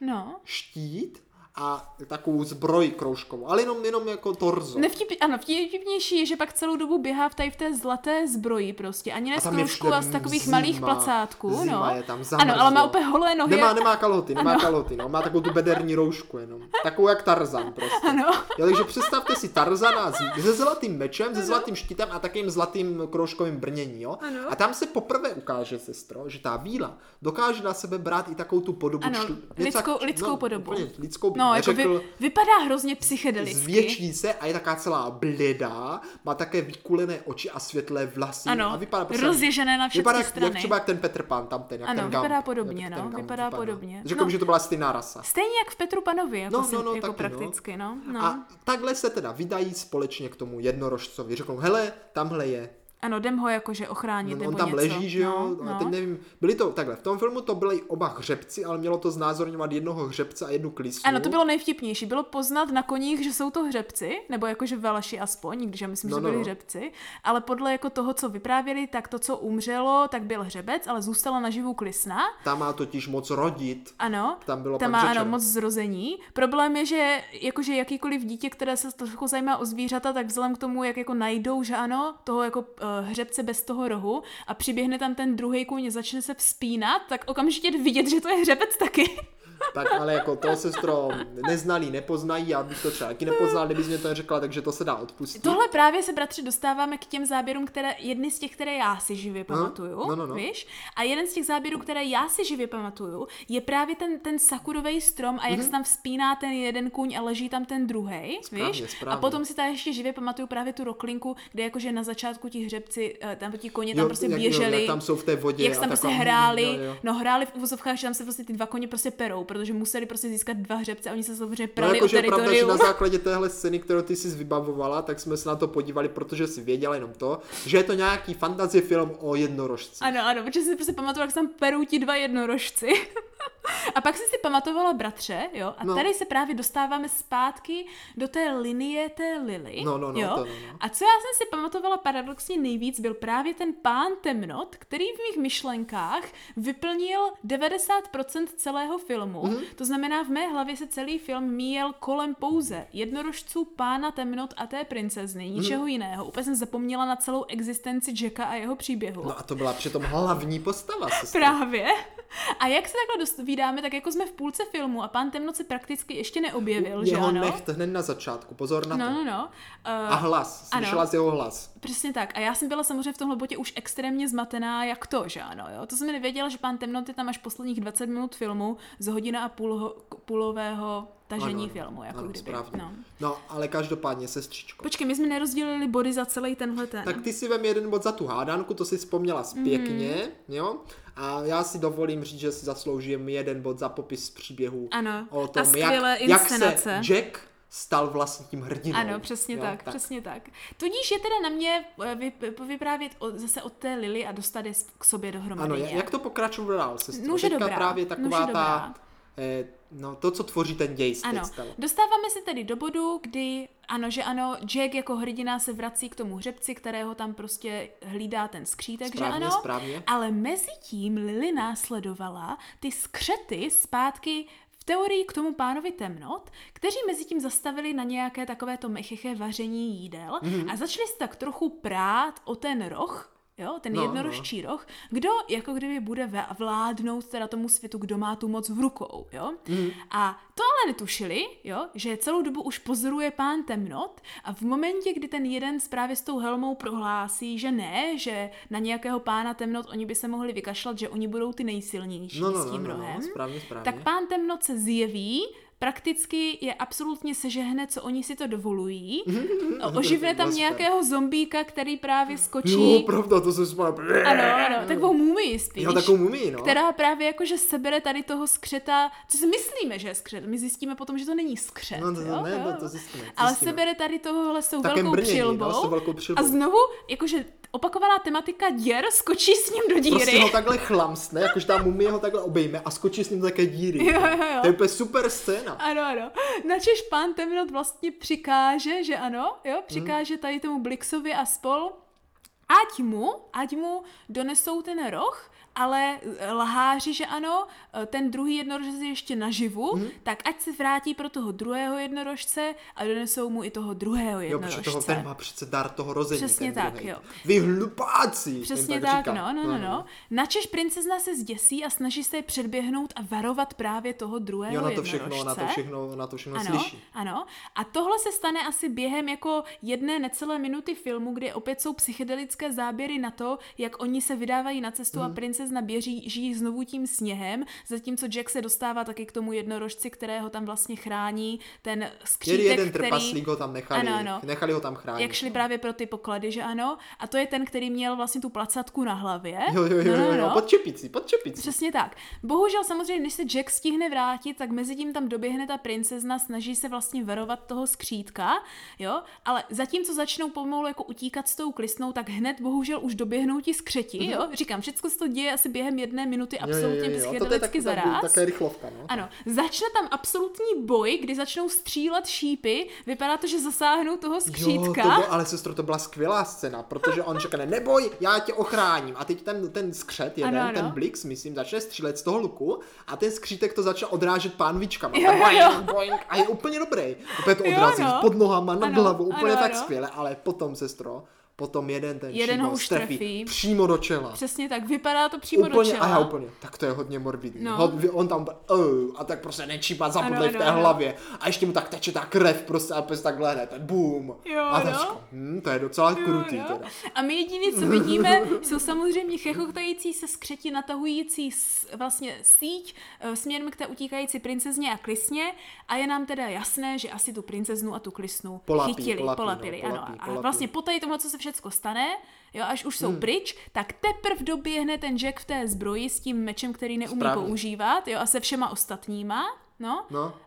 štít a takovou zbroj kroužkovou, ale jenom jako torzo. Vtipnější je, že pak celou dobu běhá v té zlaté zbroji prostě, ani ne z kroužků a z takových malých placátků. Zima je tam ano, ale má úplně holé nohy. Nemá kalhoty, no. Má takovou tu bederní roušku jenom. Takovou jak Tarzan prostě. Ano. Jo, takže představte si Tarzana se zlatým mečem, se zlatým štítem a takým zlatým kroužkovým brnění, jo. Ano. A tam se poprvé ukáže, sestro, že ta víla dokáže na sebe brát i takovou tu podobu. Ano, lidskou podobu. Lidskou vypadá hrozně psychedelicky. Zvětší se a je taká celá bledá, má také vykulené oči a světlé vlasy. Ano, a vypadá rozježené na všechny strany. Jak třeba jak ten Petr Pan, tam ten, jak ten Gump. Vypadá podobně, vypadá podobně. Řekl, že to byla stejná rasa. Stejně jak v Petru Panovi, jako prakticky, no. A takhle se teda vydají společně k tomu jednorožcovi. Řeknou, hele, tamhle je. Ano, jdem ho jakože ochránit nebo něco. On tam leží, že jo? No. A teď nevím, byli to takhle, v tom filmu to byly oba hřebci, ale mělo to znázorňovat jednoho hřebce a jednu klísnu. Ano, to bylo nejvtipnější. Bylo poznat na koních, že jsou to hřebci, nebo jakože Veleši aspoň, když já myslím, že byli hřebci, ale podle jako toho, co vyprávěli, tak to, co umřelo, tak byl hřebec, ale zůstala naživu klísna. Ta má totiž moc rodit. Ano, tam bylo ta má moc zrození. Problém je, že jakože jakýkoliv dítě, které se trochu zajímá o zvířata, tak vzhledem k tomu, jak jako najdou, že ano, toho jako hřebce bez toho rohu a přiběhne tam ten druhej kůň, začne se vzpínat, tak okamžitě vidět, že to je hřebec taky. Tak ale jako to, sestro, neznalí, nepoznají, já bych to třeba taky nepoznal, kdybys mě to neřekla, takže to se dá odpustit. Tohle právě se, bratři, dostáváme k těm záběrům, jedny z těch, které já si živě pamatuju, no. víš? A jeden z těch záběrů, které já si živě pamatuju, je právě ten sakurový strom a jak se tam vzpíná ten jeden kůň a leží tam ten druhej, víš? Správně. A potom si tady ještě živě pamatuju právě tu roklinku, kde jakože na začátku ti hřebci, tam ti koně tam prostě běželi, jak tam jsou v té vodě, jak tam prostě hráli, jo. No hráli v uvozovkách, že tam se prostě ty dva koně prostě perou, protože museli prostě získat dva hřebce a oni se samozřejmě prali o teritorium. Pravda, že na základě téhle scény, kterou ty jsi vybavovala, tak jsme se na to podívali, protože si věděla jenom to, že je to nějaký fantasy film o jednorožci. Ano, protože si prostě pamatovala, jak se tam perou ti dva jednorožci. A pak si pamatovala bratře, jo, a tady se právě dostáváme zpátky do té linie té Lily, jo. A co já jsem si pamatovala paradoxně nejvíc, byl právě ten pán temnot, který v mých myšlenkách vyplnil 90% celého filmu. To znamená, v mé hlavě se celý film míjel kolem pouze jednorožců, pána temnot a té princezny, ničeho jiného. Úplně jsem zapomněla na celou existenci Jacka a jeho příběhu. No a to byla přitom hlavní postava. Právě. A jak se takhle vídáme, tak jako jsme v půlce filmu a pán temnot se prakticky ještě neobjevil, že ano? Jeho necht hned na začátku, pozor na to. No. A hlas, slyšela jsi jeho hlas. Přesně tak. A já jsem byla samozřejmě v tomhle bodě už extrémně zmatená, jak to, že ano, jo? To jsem nevěděla, že pán temnot je tam až posledních 20 minut filmu z hodina a půlového tažení filmu, jako ano, kdyby. No, ale každopádně, sestřičko. Počkej, my jsme nerozdělili body za celý tenhle ten. Tak ty si vem jeden bod za tu hádanku, to si vzpomněla pěkně, jo? A já si dovolím říct, že si zasloužím jeden bod za popis příběhu. Ano, o tom, jak se Jack stal vlastně tím hrdinou. Ano, přesně tak, přesně tak. Tudíž je teda na mě vyprávět zase od té Lily a dostat je k sobě dohromady. Ano, jak to pokračuje dál, sestro? Nuže dobrá. Právě taková ta... to, co tvoří ten děj. Ano, dostáváme se tedy do bodu, kdy Jack jako hrdina se vrací k tomu hřebci, kterého tam prostě hlídá ten skřítek, správně, že ano? Správně. Ale mezi tím Lily následovala ty skřety zpátky v teorii k tomu pánovi temnot, kteří mezi tím zastavili na nějaké takovéto mecheché vaření jídel a začali se tak trochu prát o ten roh, jo, ten jednorožčí roh, kdo jako kdyby bude vládnout teda tomu světu, kdo má tu moc v rukou, jo. A to ale netušili, jo, že celou dobu už pozoruje pán temnot a v momentě, kdy ten jeden právě s tou helmou prohlásí, že ne, že na nějakého pána temnot oni by se mohli vykašlat, že oni budou ty nejsilnější s tím rohem, správně. tak pán temnot se zjeví, prakticky je absolutně sežehne, co oni si to dovolují. Oživne tam nějakého zombíka, který právě skočí. Jo, pravda, to se spala. Ano, takovou mumii spíš. Jo, takovou mumii, no. Která právě jakože sebere tady toho skřeta, co si myslíme, že je skřet. My zjistíme potom, že to není skřet. To zjistíme. Ale sebere tady tohohle s tou velkou přilbou. A znovu, jakože opakovaná tematika děr, skočí s ním do díry. Prostě ho takhle chlamsne, jakože ta mumie ho takhle obejme a skočí s ním do také díry. Jo. To je úplně super scéna. Ano. Načež pán temnot vlastně přikáže, že ano, jo, přikáže tady tomu Blixovi a spol, ať mu donesou ten roh, ale lháři, že ano, ten druhý jednorožec je ještě naživu, tak ať se vrátí pro toho druhého jednorožce a donesou mu i toho druhého jednorožce. Jo, protože ten má přece dar toho rození. Přesně tak, druhý. Jo. Vy hlupáci! Přesně tak, no. Načež princezna se zděsí a snaží se je předběhnout a varovat právě toho druhého jednorožce. Na to všechno slyší. Ano. A tohle se stane asi během jako jedné necelé minuty filmu, kde opět jsou psychedelické záběry na to, jak oni se vydávají na cestu a princezna žijí znovu tím sněhem, zatímco Jack se dostává taky k tomu jednorožci, kterého tam vlastně chrání ten skřítek, jeden trpaslík ho tam nechali ho tam chránit. Jak šli právě pro ty poklady, že ano? A to je ten, který měl vlastně tu placatku na hlavě. Jo, pod čepicí. Přesně tak. Bohužel samozřejmě, když se Jack stihne vrátit, tak mezi tím tam doběhne ta princezna, snaží se vlastně varovat toho skřítka, jo? Ale zatímco začnou pomalu jako utíkat s tou klistnou, tak hned bohužel už doběhnou ti skřeti, jo? Říkám, všechno se to děje asi během jedné minuty absolutně psychedelicky zaráz. Také rychlovka, no. Ano, začne tam absolutní boj, kdy začnou střílet šípy, vypadá to, že zasáhnou toho skřítka. Jo, ale sestro, to byla skvělá scéna, protože on řekne, neboj, já tě ochráním. A teď ten skřet ten Blix, myslím, začne střílet z toho luku a ten skřítek to začne odrážet pánvičkama. A je úplně dobrý. Opět to odrazí pod nohama, nad hlavou, úplně tak skvěle, ale potom, sestro, potom jeden ho už trefí přímo do čela. Přesně tak, vypadá to přímo do čela. A já úplně, tak to je hodně morbidní. No. On tam a tak prostě nečípá zabudlej v té hlavě a ještě mu tak teče ta krev prostě a prostě takhle hned, boom. A to je docela krutý teda. A my jediný, co vidíme, jsou samozřejmě chechotající se skřeti natahující vlastně síť směrem k té utíkající princezně a klisně a je nám teda jasné, že asi tu princeznu a tu klisnu polapili. A vlastně po tady tomu, co se všecko stane, jo, až už jsou pryč, tak teprv doběhne ten Jack v té zbroji s tím mečem, který neumí používat, jo, a se všema ostatníma, no.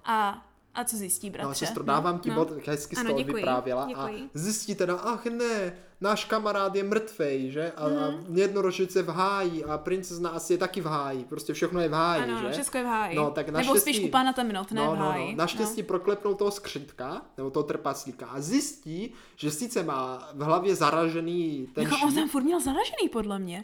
A co zjistí, bratře? No, sestro, dávám ti bod, hezky z toho vyprávěla. Děkuji. A zjistí teda, ach ne, náš kamarád je mrtvej, že? A jednorožec je v háji a princezna asi je taky v háji. Prostě všechno je v háji, že? Ano, všechno je v háji. No, tak nebo spíš u pána temnot, ne v háji. Naštěstí proklepnou toho skřitka, nebo toho trpaslíka a zjistí, že sice má v hlavě zaražený ten šíp. On tam furt měl zaražený, podle mě.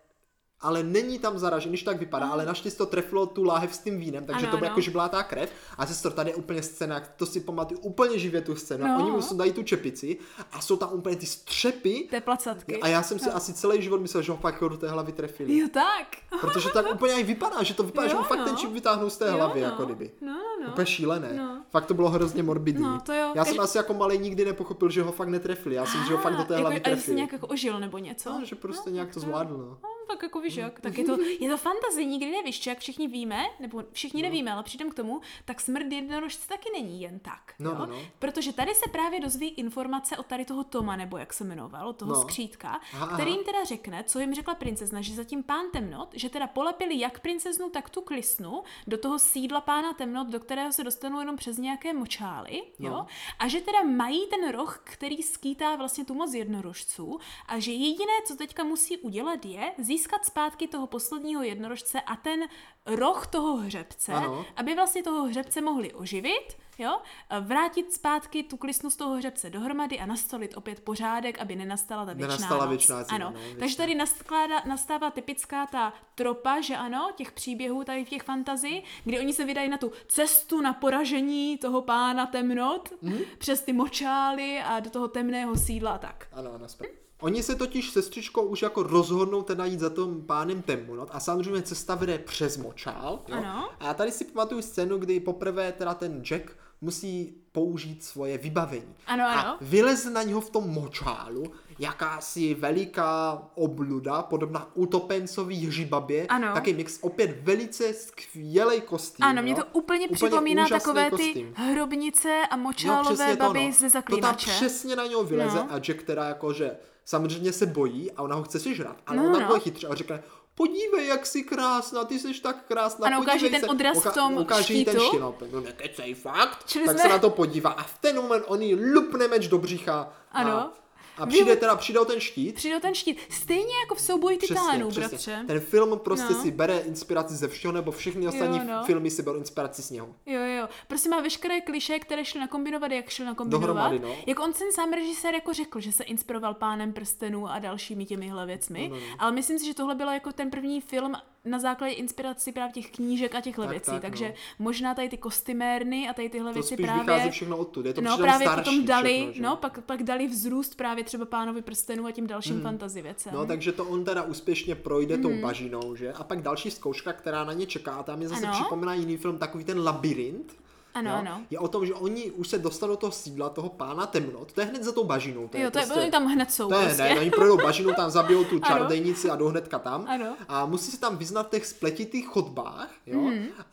Ale není tam zaražený, když tak vypadá, ale naštěstí to trefilo tu láhev s tím vínem, takže to bylo jako, že byla ta krev. A sestro, tady je úplně scéna, to si pamatuju úplně živě tu scénu. Oni mu dají tu čepici a jsou tam úplně ty střepy. Té placatky. A já jsem si asi celý život myslel, že ho fakt do té hlavy trefili. Jo, tak. Protože tak úplně i vypadá, že že ho fakt ten čip vytáhnou z té hlavy, jako kdyby. Úplně šílené. Fakt to bylo hrozně morbidní. Já jsem asi jako malej nikdy nepochopil, že ho fakt netrefili. Já jsem, že ho fakt do té hlavy trefili. A jsi nějak jako ožil nebo něco? No, že prostě nějak to zvládl. Tak jako víš jak, tak je to fantazie, nikdy nevíš, jak všichni víme, nebo všichni nevíme, ale přijdem k tomu, tak smrt jednorožce taky není jen tak, jo? Protože tady se právě dozví informace od tady toho Toma, nebo jak se jmenoval, od toho skřítka, který jim teda řekne, co jim řekla princezna, že zatím pán temnot, že teda polepili jak princeznu, tak tu klisnu do toho sídla pána temnot, do kterého se dostanou jenom přes nějaké močály, jo? A že teda mají ten roh, který skýtá vlastně tu moc jednorožců a že jediné, co teďka musí udělat je získat zpátky toho posledního jednorožce a ten roh toho hřebce, aby vlastně toho hřebce mohli oživit, jo, vrátit zpátky tu klisnu z toho hřebce dohromady a nastolit opět pořádek, aby nenastala ta věčná noc. Ano, takže tady nastává typická ta tropa, že ano, těch příběhů tady v těch fantazii, kdy oni se vydají na tu cestu na poražení toho pána temnot přes ty močály a do toho temného sídla a tak. Ano, Oni se totiž sestřičkou už jako rozhodnou teda jít za tom pánem temnot a samozřejmě cesta vede přes močál. Jo? Ano. A tady si pamatuju scénu, kdy poprvé teda ten Jack musí použít svoje vybavení. Ano. A vyleze na něho v tom močálu jakási veliká obluda, podobná utopencový hřibabě, taky mix, opět velice skvělej kostým. Ano, mě to úplně připomíná takové ty hrobnice a močálové baby ze Zaklínače. To tam přesně na něho vyleze a Jack teda jakože samozřejmě se bojí a ona ho chce sežrat, ale ona takový chytře a řekne, podívej, jak jsi krásná, ty jsi tak krásná. Ano, ukáže ten odraz v tom štítu. Ten štítu. No nekecej, fakt. Tak se na to podívá a v ten moment on jí lupne meč do břicha. Ano. A přijde ten štít. Přijde ten štít. Stejně jako v Souboji titánů, bratře. Ten film prostě si bere inspiraci ze všeho, nebo všechny ostatní filmy si berou inspiraci z něho. Jo. Prostě má veškeré klišé, které šly nakombinovat, jak šly nakombinovat. Dohromady, Jako on ten sám režisér jako řekl, že se inspiroval Pánem prstenů a dalšími těmihle věcmi. Ale myslím si, že tohle bylo jako ten první film na základě inspirací právě těch knížek a těchhle věcí. Takže možná tady ty kostymérny a tady tyhle věci právě vychází všechno odtud. Je to právě starší, potom dali, všechno, pak dali vzrůst právě třeba Pánovi prstenů a tím dalším fantasy věcem. No, takže to on teda úspěšně projde tou bažinou, že? A pak další zkouška, která na ně čeká, a tam je zase připomíná jiný film, takový ten labyrint. Ano. Je o tom, že oni už se dostanou do toho sídla, toho pána temnot, to je hned za tou bažinou. To je oni tam hned jsou. Oni projdou bažinou, tam zabijou tu čarodejnici a jdou hnedka tam. Ano. A musí se tam vyznat v těch spletitých chodbách, jo?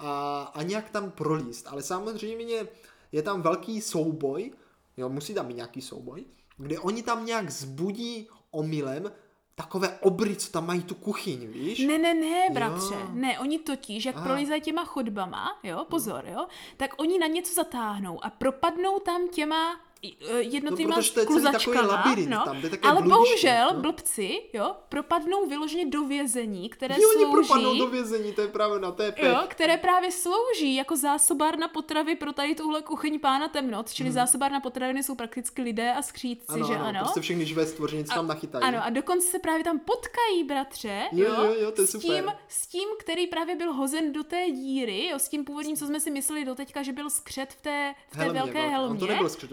A nějak tam prolíst. Ale samozřejmě je tam velký souboj, jo? Musí tam být nějaký souboj, kde oni tam nějak zbudí omylem takové obry, co tam mají tu kuchyň, víš? Ne, bratře. Ne, oni totiž, jak prolízají těma chodbama, pozor, tak oni na něco zatáhnou a propadnou tam těma jednotlivýma kluzačkama, ale bohužel blbci, propadnou vyloženě do vězení, které slouží... Oni propadnou do vězení, to je pravda, to je pech. Které právě slouží jako zásobárna potravy pro tady tuhle kuchyň pána temnot, čili zásobárna potraviny jsou prakticky lidé a skřídci, že ano? Prostě všechny živé stvoření, co tam nachytají. Ano, a dokonce se právě tam potkají, bratře, to je super. S tím, který právě byl hozen do té díry, s tím původním, co jsme si mysleli doteďka, že byl skřet v té velké helmě. On to nebyl skřet, to byl normální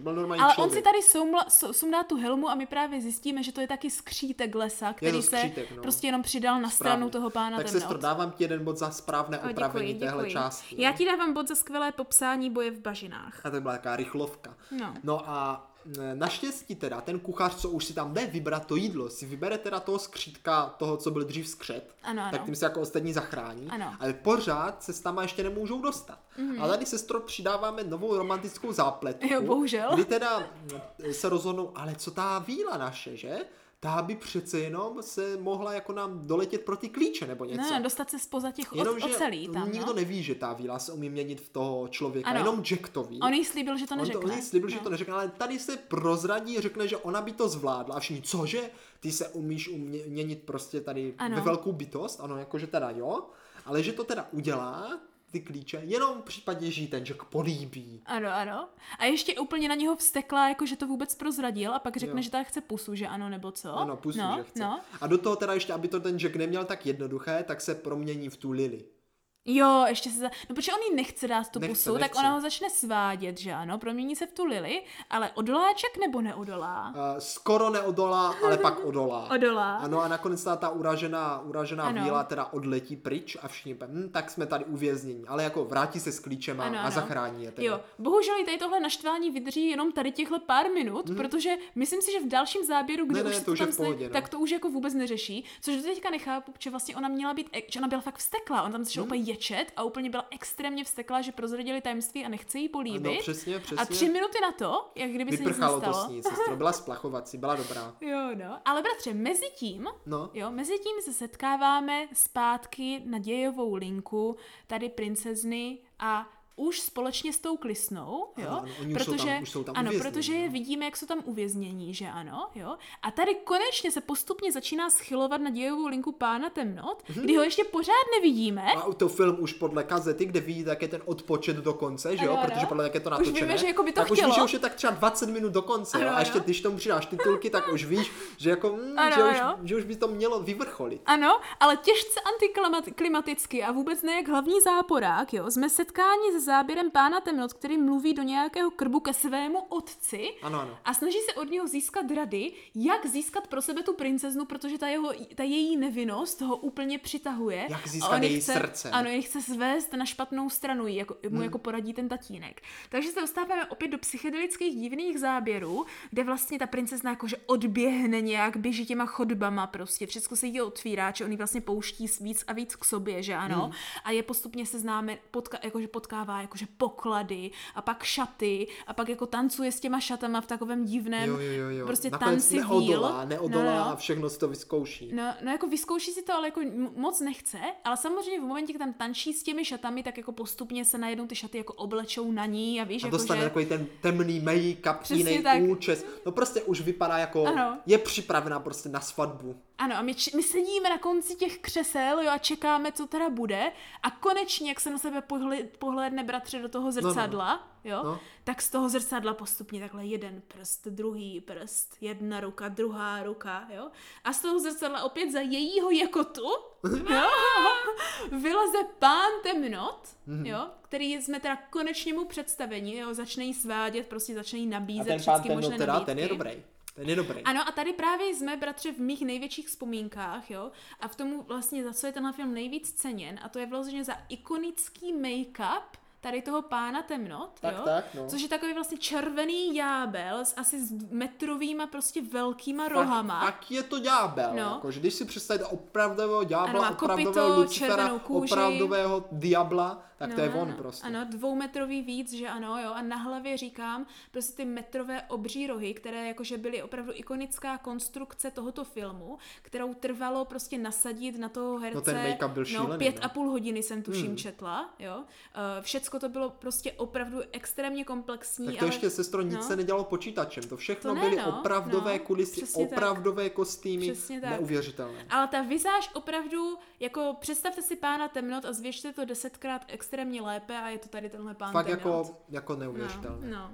Ale on si tady sundá tu helmu a my právě zjistíme, že to je taky skřítek lesa, který prostě jenom přidal na stranu toho pána temnot. Tak sestro, dávám ti jeden bod za správné opravení téhle části. Já ti dávám bod za skvělé popsání boje v bažinách. A to byla taková rychlovka. No a naštěstí teda ten kuchař, co už si tam jde vybrat to jídlo, si vybere teda toho skřítka, toho, co byl dřív skřet, tak tím se jako ostatní zachrání, ale pořád se tam ještě nemůžou dostat. A tady, sestro, přidáváme novou romantickou zápletku, kdy teda se rozhodnou, ale co ta víla naše, že? Ta by přece jenom se mohla jako nám doletět pro ty klíče nebo něco. No, dostat se spoza těch ocelí tam. Nikdo neví, že ta víla se umí měnit v toho člověka, jenom Jack to ví. On jí slíbil, že to neřekne. On jí slíbil, že to neřekne, ale tady se prozradí, řekne, že ona by to zvládla. A všichni, cože? Ty se umíš měnit prostě tady ve velkou bytost? Ano, jakože teda jo, ale že to teda udělá, ty klíče, jenom v případě, že jí ten Jack políbí. Ano. A ještě úplně na něho vztekla, jako že to vůbec prozradil a pak řekne, že ta chce pusu, že ano, nebo co? Ano, pusu, že chce. A do toho teda ještě, aby to ten Jack neměl tak jednoduché, tak se promění v tu Lily. Jo, ještě se... No protože on jí nechce dát tu pusu, tak ona ho začne svádět, že ano, promění se v tu Lily, ale odolá Jack nebo neodolá? Skoro neodolá, ale pak odolá. Odolá. Ano a nakonec ta uražená víla teda odletí pryč a všichni tak jsme tady uvězněni, ale jako vrátí se s klíčem a zachrání je teda. Jo, bohužel tady tohle naštvání vydrží jenom tady těchhle pár minut, protože myslím si, že v dalším záběru, kde už to tam pohodě, tak to už jako vůbec neřeší, což do teďka nechápu, protože vlastně ona měla být, že ona byla fakt vzteklá, on tam začal úplně ječet a úplně byla extrémně vzteklá, že prozradili tajemství a nechce jí políbit. No, přesně. A 3 minuty na to, jak kdyby se nic nestalo. Vyprchalo to s ní, sestro, byla splachovací, byla dobrá. Jo, no. Ale bratře, mezi tím se setkáváme zpátky na dějovou linku tady princezny a už společně s tou Klisnou, jo? Ano, už jsou tam uvěznění, protože vidíme, jak jsou tam uvěznění, že ano, jo? A tady konečně se postupně začíná schylovat na dějovou linku pána temnot, kdy ho ještě pořád nevidíme. A to film už podle kazety, kde vidíte, jak je ten odpočet do konce, že jo? Protože podle jak je to natočené. Už víme, že jako by to tak chtělo. Už víš, že už je tak třeba 20 minut do konce, jo? A ještě když tomu přidáš titulky, tak už víš, že jako že už by to mělo vyvrcholit. Ano, ale těžce antiklimaticky a vůbec ne jak hlavní záporák, jo? Jsme setkáni se záběrem pána temnot, který mluví do nějakého krbu ke svému otci a snaží se od něho získat rady, jak získat pro sebe tu princeznu, protože ta její nevinnost ho úplně přitahuje. Jak získat její srdce. Ano, ji chce svést na špatnou stranu, mu jako poradí ten tatínek. Takže se dostáváme opět do psychedelických divných záběrů, kde vlastně ta princezna jakože odběhne nějak, běží těma chodbama prostě, všechno se jí otvírá, že on ji vlastně pouští víc a víc k sobě, že ano. A je postupně seznáme, potkává jakože poklady a pak šaty a pak jako tancuje s těma šatama v takovém divném prostě tanci víl. Neodolá a všechno si to vyzkouší. No jako vyzkouší si to, ale jako moc nechce, ale samozřejmě v momentě, kdy tam tančí s těmi šatami, tak jako postupně se najednou ty šaty jako oblečou na ní a víš, a jako dostane že... takový ten temný make-up, jiný účes. No prostě už vypadá jako je připravená prostě na svatbu. Ano, a my sedíme na konci těch křesel, jo, a čekáme, co teda bude a konečně, jak se na sebe pohlédne bratře do toho zrcadla, tak z toho zrcadla postupně takhle jeden prst, druhý prst, jedna ruka, druhá ruka, jo, a z toho zrcadla opět za jejího jekotu, jo, vyleze pán temnot, jo, který jsme teda konečně mu představeni, jo, začne jí svádět, prostě začne jí nabízet všechny možné nabídky. Ten je dobrý. Ten je dobrý. Ano, a tady právě jsme, bratře, v mých největších vzpomínkách, jo, a v tomu vlastně, za co je tenhle film nejvíc ceněn, a to je vlastně za ikonický make-up tady toho pána temnot, což je takový vlastně červený ďábel asi s metrovýma prostě velkýma rohama. Fakt je to ďábel, jako, že když si představíte opravdového ďábla, opravdového Lucifera, opravdového diabla, tak to je on prostě. Ano, 2metrový víc, že ano, jo, a na hlavě říkám prostě ty metrové obří rohy, které jakože byly opravdu ikonická konstrukce tohoto filmu, kterou trvalo prostě nasadit na toho herce. No ten make-up byl šílený. 5,5 hodiny jsem tuším četla, jo. Všecko to bylo prostě opravdu extrémně komplexní. Tak to ještě, sestro, nic se nedělalo počítačem. To všechno byly opravdové kulisy, opravdové kostýmy, neuvěřitelné. Ale ta vizáž opravdu, jako představte si pána temnot a zvěšte to 10krát extrémně lépe a je to tady tenhle pán fakt temnot. jako neuvěřitelné. No.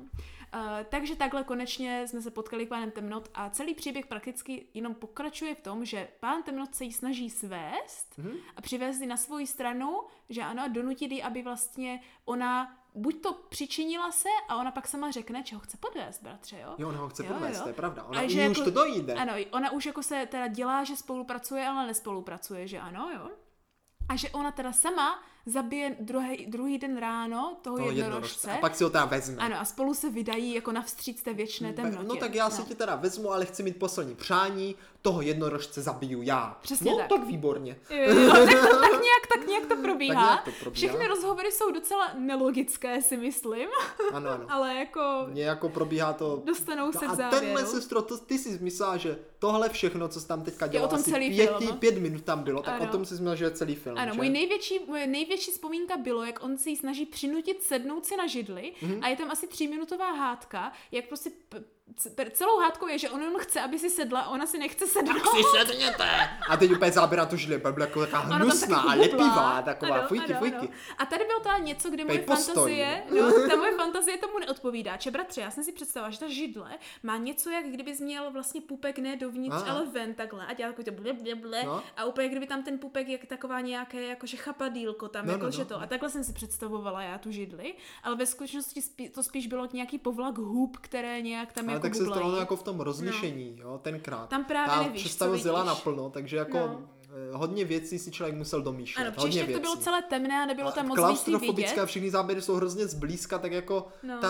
Takže takhle konečně jsme se potkali k pánem temnot a celý příběh prakticky jenom pokračuje v tom, že pán temnot se jí snaží svést a přivést ji na svoji stranu, že ano, a donutit ji, aby vlastně ona buď to přičinila se a ona pak sama řekne, že ho chce podvést, bratře, jo? Jo, ona ho chce podvést, to je pravda. Ona už jako, to dojde. Ano, ona už jako se teda dělá, že spolupracuje, ale nespolupracuje, že ano, jo? A že ona teda sama zabije druhý den ráno toho jednorožce. A pak si ho teda vezme. Ano, a spolu se vydají jako navstříc té věčné temnotě. No tak já si tě teda vezmu, ale chci mít poslední přání, toho jednorožce zabiju já. Přesně tak. tak výborně. Jo, tak nějak to probíhá. Všechny rozhovory jsou docela nelogické, si myslím. Ano. Ale jako... Nějako probíhá to... Dostanou se v závěru. A tenhle, sestro, ty jsi myslela, že tohle všechno, co jsi tam teďka dělala, asi 5 minut tam bylo, tak o tom si myslela, že je celý film. Ano, moje největší vzpomínka bylo, jak on si ji snaží přinutit sednout si na židli a je tam asi 3minutová hádka, jak prostě celou hádkou je, že on jenom chce, aby si sedla a ona si nechce sednout. Tak si sedněte! A teď úplně záběr na tu židli, byla jako taková hnusná a lepivá, taková fujky. A tady bylo teda něco, kde moje fantazie tomu neodpovídá. Bratře, já jsem si představila, že ta židle má něco, jak kdybys měl vlastně pupek ne dovnitř, ale ven takhle a dělal takový to ble. A úplně kdyby tam ten pupek jak taková nějaké jakože chapadýlko tam, to. A takhle jsem si představovala já tu židli, ale ve skutečnosti to spíš bylo nějaký povlak hub, které nějak tam jako tak se bublají. stalo jako v tom rozlišení, jo, tenkrát. Tam právě nevíš, představa zjela naplno, takže jako hodně věcí si člověk musel domýšlet. Ano, příště to bylo celé temné a nebylo tam moc klaustrofobické a všechny záběry jsou hrozně zblízka, tak jako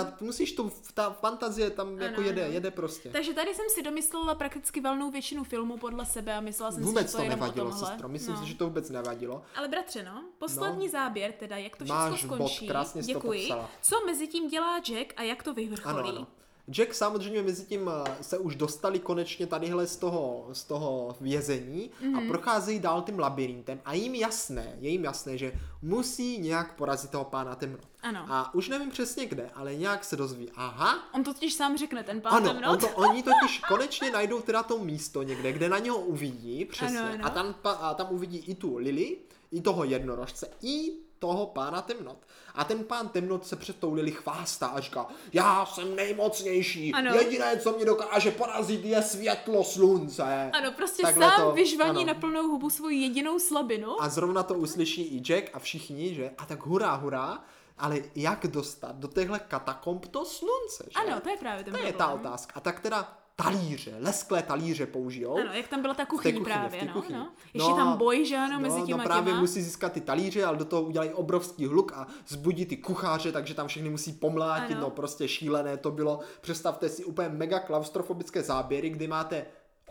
ta fantazie tam jako jede prostě. Takže tady jsem si domyslela prakticky valnou většinu filmu podle sebe a myslela jsem vůbec si, že to jenom nevadilo, sestro. Myslím si, že to vůbec nevadilo. Ale bratře, poslední záběr teda, jak to všechno skončí. Máš bod, krásně jsi to popsala. Co mezi tím dělá Jack a jak to vyvrcholí? Ano. Jack samozřejmě mezi tím se už dostali konečně tadyhle z toho vězení a procházejí dál tím labirintem a je jim jasné, že musí nějak porazit toho pána temnot. Ano. A už nevím přesně kde, ale nějak se dozví. Aha. On to totiž sám řekne, ten pán temnot. Oni totiž konečně najdou teda to místo někde, kde na něho uvidí, přesně. Ano. A tam uvidí i tu Lily, i toho jednorožce, i toho pána temnot. A ten pán temnot se před tou Lily chvástá a říká, já jsem nejmocnější, jediné, co mě dokáže porazit, je světlo slunce. Ano, prostě takhle sám vyžvaní na plnou hubu svoji jedinou slabinu. A zrovna to uslyší i Jack a všichni, že? A tak hurá, ale jak dostat do těchto katakomb to slunce, že? Ano, to je právě ten problém. To je ta otázka. A tak teda lesklé talíře použijou. Ano, jak tam byla ta kuchyň právě, Ještě tam boj, že ano, mezi těma právě musí získat ty talíře, ale do toho udělají obrovský hluk a zbudí ty kuchaře, takže tam všechny musí pomlátit, prostě šílené to bylo. Představte si úplně mega klaustrofobické záběry, kdy máte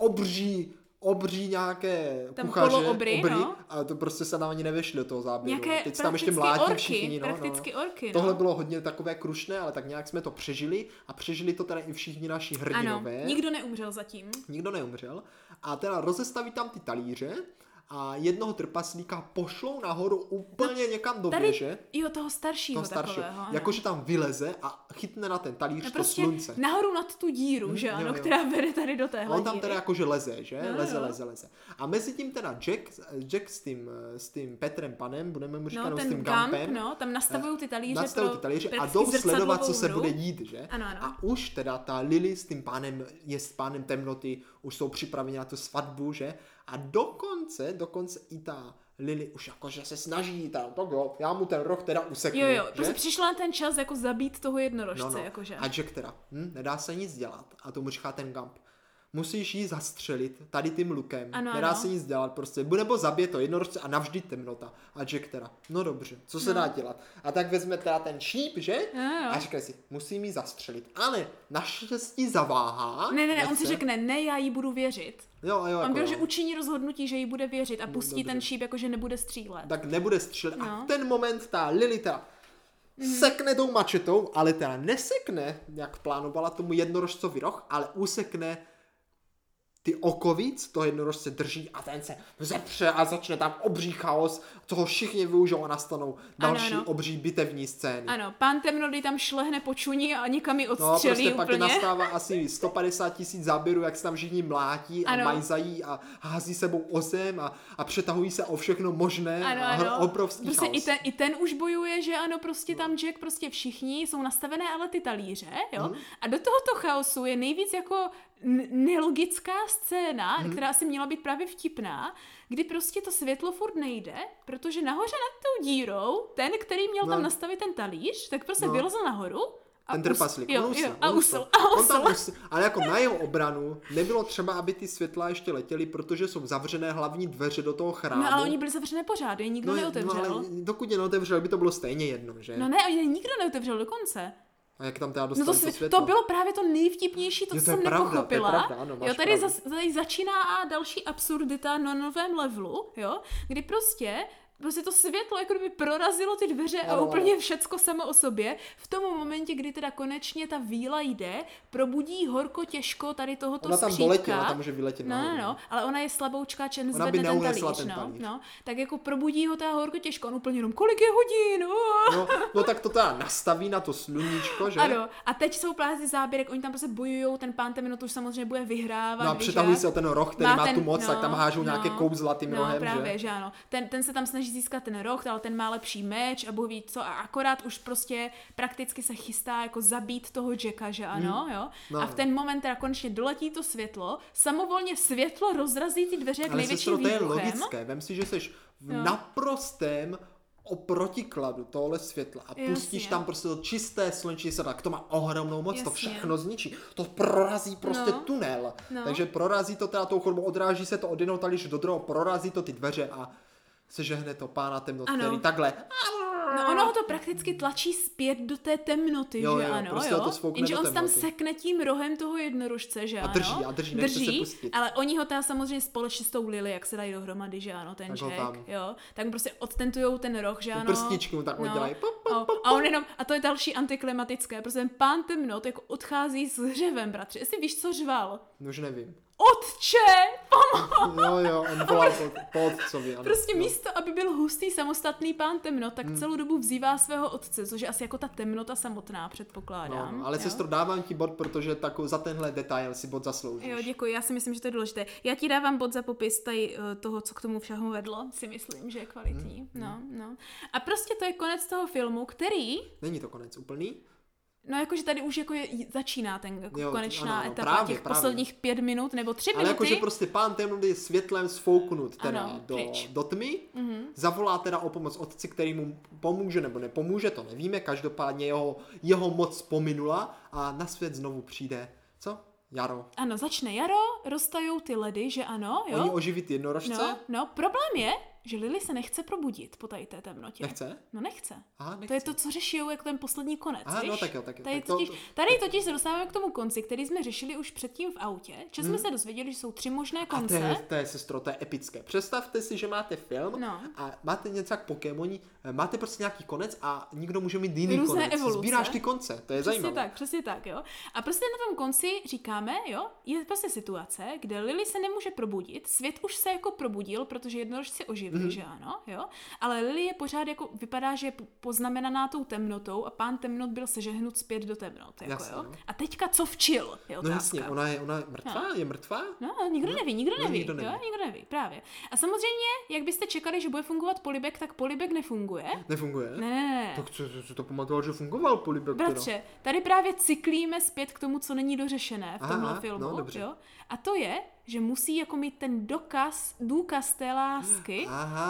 obří nějaké tam kuchaře, no. A to prostě se nám ani nevešli do toho záběru. Nějaké teď se tam ještě mlátí všichni. Prakticky orky. Tohle bylo hodně takové krušné, ale tak nějak jsme to přežili a přežili to teda i všichni naši hrdinové. Ano, nikdo neumřel zatím. Nikdo neumřel. A teda rozestaví tam ty talíře a jednoho trpaslíka pošlou nahoru úplně někam do věže. Jo, toho staršího. Takového. Jakože tam vyleze a chytne na ten talíř to prostě slunce. Nahoru nad tu díru, že ano, která vede tady do téhle on tam teda jakože leze, že? Leze. A mezi tím teda Jack s tím Petrem Panem, budeme mu říkat, s tím Gumpem. Tam nastavují ty talíře a jdou sledovat, co se bude dít, že? Ano. A už teda ta Lily s pánem temnoty už jsou připraveni na tu svatbu, že? A dokonce i ta Lily už jakože se snaží, já mu ten roh teda useknu. Jo, prostě přišla ten čas jako zabít toho jednorožce, jakože. A Jack teda, nedá se nic dělat. A tomu říká ten Gump. Musíš jí zastřelit tady tím lukem. Nedá se nic dělat, prostě. Nebo zabije to jednorožce a navždy temnota. A Jack teda, no dobře, co se dá dělat? A tak vezme teda ten šíp, že? A říká si, musím jí zastřelit. Ale naštěstí zaváhá. Ne, on si řekne, ne, já jí budu věřit. Jo, on byl, že učiní rozhodnutí, že jí bude věřit a pustí ten šíp, jakože nebude střílet. Tak nebude střílet. A v ten moment ta Lily teda sekne tou mačetou, ale teda nesekne, jak plánovala tomu jednorožcovi roh, ale usekne ty okovíc toho jednorožce drží a ten se zepře a začne tam obří chaos, toho všichni využijou a nastanou další obří bitevní scény. Ano, pán Temnody tam šlehne po čuní a někam ji odstřelí prostě úplně. Pak nastává asi 150 000 záběrů, jak se tam všichni mlátí a majzají a hází sebou o zem a přetahují se o všechno možné a obrovský prostě chaos. I ten už bojuje, že ano, prostě tam Jack, prostě všichni jsou nastavené ale ty talíře, jo. A do tohoto chaosu je nejvíc jako nelogická scéna, která si měla být právě vtipná, kdy prostě to světlo furt nejde, protože nahoře nad tou dírou, ten, který měl tam nastavit ten talíř, tak prostě vylezl nahoru. Ten trpaslík, on usl. Ale jako na jeho obranu nebylo třeba, aby ty světla ještě letěly, protože jsou zavřené hlavní dveře do toho chrámu. No ale oni byli zavřené pořád, je nikdo neotevřel. No ale dokud je neotevřel, by to bylo stejně jedno, že? No ne, oni nikdo neotevřel dokonce. A jak tam teda dostali to světlo? To bylo právě to nejvtipnější, to, co jsem nepochopila. To je pravda, ano, jo, tady začíná a další absurdita na novém levelu, jo, kdy prostě to světlo jako kdyby prorazilo ty dveře a úplně všecko samo o sobě. V tom momentě, kdy teda konečně ta víla jde, probudí horko těžko tady tohoto skřítka. Ona tam doletěla, tam může vyletět nahoru. No, ale ona je slaboučka, čen zvedne ten talíř, no. Tak jako probudí ho ta horko těžko, on úplně jenom, kolik je hodin? No tak to teda nastaví na to sluníčko, že? Ano, a teď jsou právě záběrek, oni tam prostě bojujou, ten pán Temnot už samozřejmě bude vyhrávat. No a přetahují se o ten roh, který má tu moc, tak tam hážou nějaké kouzla tím rohem, právě, že ano. Ten se tam snaží získat ten roh, ale ten má lepší meč a Bůh ví co, a akorát už prostě prakticky se chystá jako zabít toho Jacka, že ano, jo. No. A v ten moment teda konečně doletí to světlo, samovolně světlo rozrazí ty dveře jak největším výbuchem. Ale to je logické, vem si, že seš v naprostém protikladu tohle světla a pustíš tam prostě to čisté slunečné světlo, tak to má ohromnou moc, to všechno zničí, to prorazí prostě tunel, takže prorazí to teda tou chodbou, odráží se to od jednoho talíře do druhého, prorazí to ty dveře a sežehne to pána temnot, který takhle... No ono ho to prakticky tlačí zpět do té temnoty, že ano, prostě jo? To svoukne jenže do on temnoty. tam sekne tím rohem toho jednorožce, že ano? A drží, nechce se pustit. Ale oni ho tam samozřejmě společně s tou Lily, jak se dají dohromady, že ano, ten Jack, jo? Tak prostě odtentujou ten roh, že ano? Prstičku tak udělají. A on jenom, a to je další antiklimatické, prostě ten pán temnot jako odchází s hřevem, bratře. Jestli víš, co řval? No už nevím. Otče, pomoc! Jo, on volal po otcovi. Ano, prostě místo, aby byl hustý samostatný pán temnot, tak celou dobu vzývá svého otce, což je asi jako ta temnota samotná, předpokládám. No, ale sestro, dávám ti bod, protože za tenhle detail si bod zasloužíš. Jo, děkuji, já si myslím, že to je důležité. Já ti dávám bod za popis tady toho, co k tomu všemu vedlo, si myslím, že je kvalitní. No. A prostě to je konec toho filmu, který... Není to konec úplný? No jakože tady už jako začíná ten jako konečná etapa těch posledních 5 minut nebo 3 minuty. Ale jakože prostě pán temnot je světlem sfouknut teda do tmy, zavolá teda o pomoc otci, který mu pomůže nebo nepomůže, to nevíme, každopádně jeho moc pominula a na svět znovu přijde, co? Jaro. Ano, začne jaro, roztajou ty ledy, že ano, jo? Oni oživí ty jednorožce? No, problém je, že Lily se nechce probudit po tady té temnotě. Nechce? No nechce. Aha, nechce. To je to, co řešijou jako ten poslední konec, no tak jo. Tady totiž se dostáváme k tomu konci, který jsme řešili už předtím v autě, že jsme se dozvěděli, že jsou 3 možné konce. A to je sestro, to je epické. Představte si, že máte film a máte něco jak Pokémoni, máte prostě nějaký konec a nikdo může mít jiný různé konec. Evoluce. Sbíráš ty konce, to je zajímavé. Přesně tak, jo. A prostě na tom konci říkáme, jo, je prostě situace, kde Lily se nemůže probudit, svět už se jako probudil, protože jednorožci oživili, že ano, jo. Ale Lily je pořád jako, vypadá, že je poznamenaná tou temnotou a pán temnot byl sežehnut zpět do temnot, jako, jasně, jo. No. A teďka co včil, je otázka. No jasně, ona je mrtvá? No. Je mrtvá? No, nikdo neví, nikdo neví, právě. A samozřejmě, jak byste čekali, že bude fungovat polibek, tak polibek nefunguje. Nefunguje? Ne. Tak co to pamatoval, že fungoval polibek? Bratře, tady právě cyklíme zpět k tomu, co není dořešené v tomhle filmu, jo. A to je, že musí jako mít ten důkaz té lásky,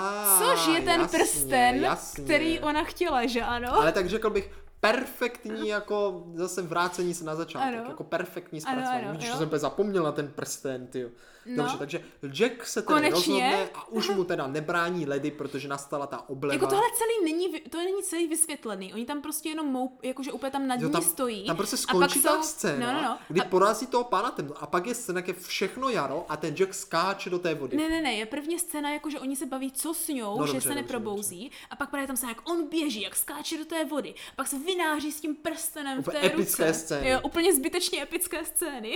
což je ten prsten, který ona chtěla, že ano? Ale tak řekl bych, perfektní jako zase vrácení se na začátek, jako perfektní zpracování. Vidíš, že jsem zapomněl na ten prsten, tyjo. Dobře, takže Jack se tedy rozhodne a už mu teda nebrání ledy, protože nastala ta obleva. Jako tohle není celý vysvětlený. Oni tam prostě jenom jakože úplně tam nad ní stojí. Tam prostě skončí ta scéna, kdy porazí toho pána temno a pak je scéna, jak je všechno jaro a ten Jack skáče do té vody. Ne, je první scéna, jakože oni se baví, co s ňou, že se neprobouzí a pak právě tam se jak on běží, jak skáče do té vody. Pak se vynáří s tím prstenem v té epické ruce. Scény. Jo, úplně zbytečně epické scény.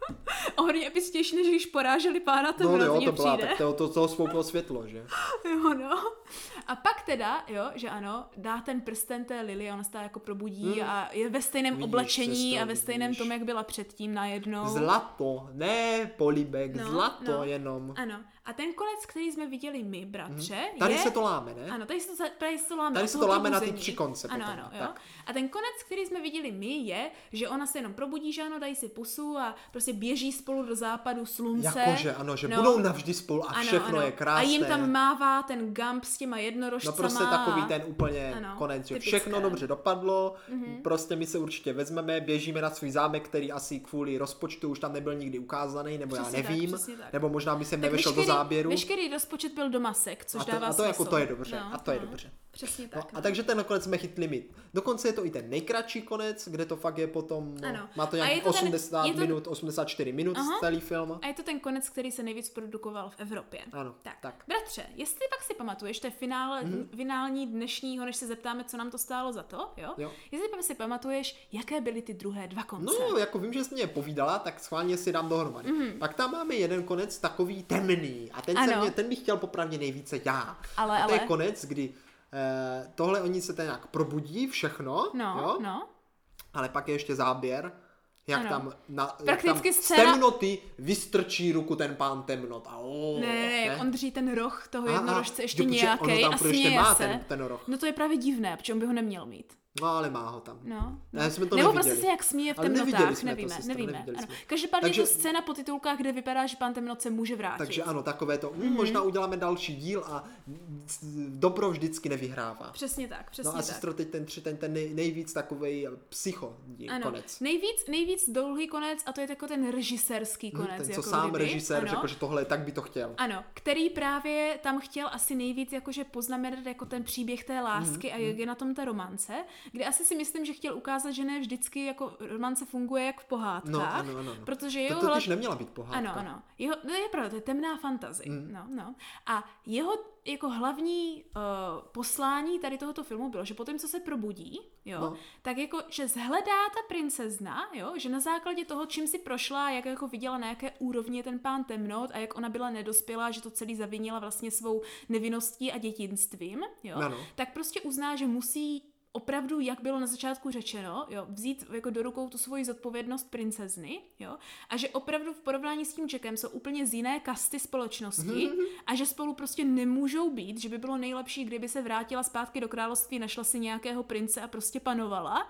O hodně epičtější, než když poráželi pána, to hrozně přijde. To toho svoupilo světlo, že? Jo, no. A pak teda, jo, že ano, dá ten prsten té Lily, ona se jako probudí a je ve stejném oblečení a ve stejném tom, jak byla předtím najednou. Zlato, ne polibek, zlato jenom. Ano. A ten konec, který jsme viděli my, bratře, tady se to láme, ne? Ano, tady se to láme. Tady se to láme na ty 3 konce. Ano, jo. A ten konec, který jsme viděli my, je, že ona se jenom probudí, že ano, dají si pusu a prostě běží spolu do západu slunce. Jakože, ano, že budou navždy spolu a všechno je krásné. A jim tam mává ten Gump s těma jednorožcama. No prostě takový ten úplně konec, že všechno dobře dopadlo, prostě my se určitě vezmeme, běžíme na svůj zámek, který asi kvůli rozpočtu už tam nebyl nikdy ukázaný, nebo přesně já nevím, tak. Nebo možná by se nevešel do záběru. Veškerý rozpočet byl do masek, což dává smysl. Jako to je dobře, je dobře. Přesně tak. No, a takže ten nakonec jsme chytli my. Dokonce je to i ten nejkratší konec, kde to fakt je potom, má to nějakých 80 minut, 84 minut celý film. A je to ten konec, který se nejvíc produkoval v Evropě. Ano, tak. Bratře, jestli pak si pamatuješ, to je finální dnešního, než se zeptáme, co nám to stálo za to, jo? Jestli pak si pamatuješ, jaké byly ty druhé 2 konce. No, jako vím, že jsi mě povídala, tak schválně si dám dohromady. Pak tam máme jeden konec takový temný a ten bych chtěl popravdě nejvíce já. Ale to je konec, kdy tohle oni se ten nějak probudí všechno, ale pak je ještě záběr, jak tam z temnoty vystrčí ruku ten pán temnot. Ne, on drží ten roh toho jednorožce ještě nějakej a směje se. Ten roh. No to je právě divné, protože on by ho neměl mít. No, ale má ho tam. Ne, jsme to nebo neviděli. prostě se nějak smíje v temnotách, nevíme. Každopádně je to scéna po titulkách, kde vypadá, že pán temnot se může vrátit. Takže ano, takové to, možná uděláme další díl a dobro vždycky nevyhrává. Přesně tak, No a sestro, teď ten nejvíc takovej psycho konec. Nejvíc dlouhý konec a to je jako ten režisérský konec. Ten, co jako sám režisér řekl, že tohle tak by to chtěl. Ano, který právě tam chtěl asi nejvíc jakože poznamenat jako ten příběh té lásky a jak je na tom ta romance. Kde asi si myslím, že chtěl ukázat, že ne vždycky jako romance funguje jak v pohádkách. No. Protože to totiž neměla být pohádka. Ano. To je pravda, to je temná fantazie. A jeho jako hlavní poslání tady tohoto filmu bylo, že potom, co se probudí, tak jako, že zhledá ta princezna, že na základě toho, čím si prošla, jak jako viděla, na jaké úrovni je ten pán temnot a jak ona byla nedospělá, že to celý zavinila vlastně svou nevinností a dětinstvím, tak prostě uzná, že musí opravdu, jak bylo na začátku řečeno, vzít jako do rukou tu svoji zodpovědnost princezny, a že opravdu v porovnání s tím Jackem jsou úplně z jiné kasty společnosti a že spolu prostě nemůžou být, že by bylo nejlepší, kdyby se vrátila zpátky do království, našla si nějakého prince a prostě panovala.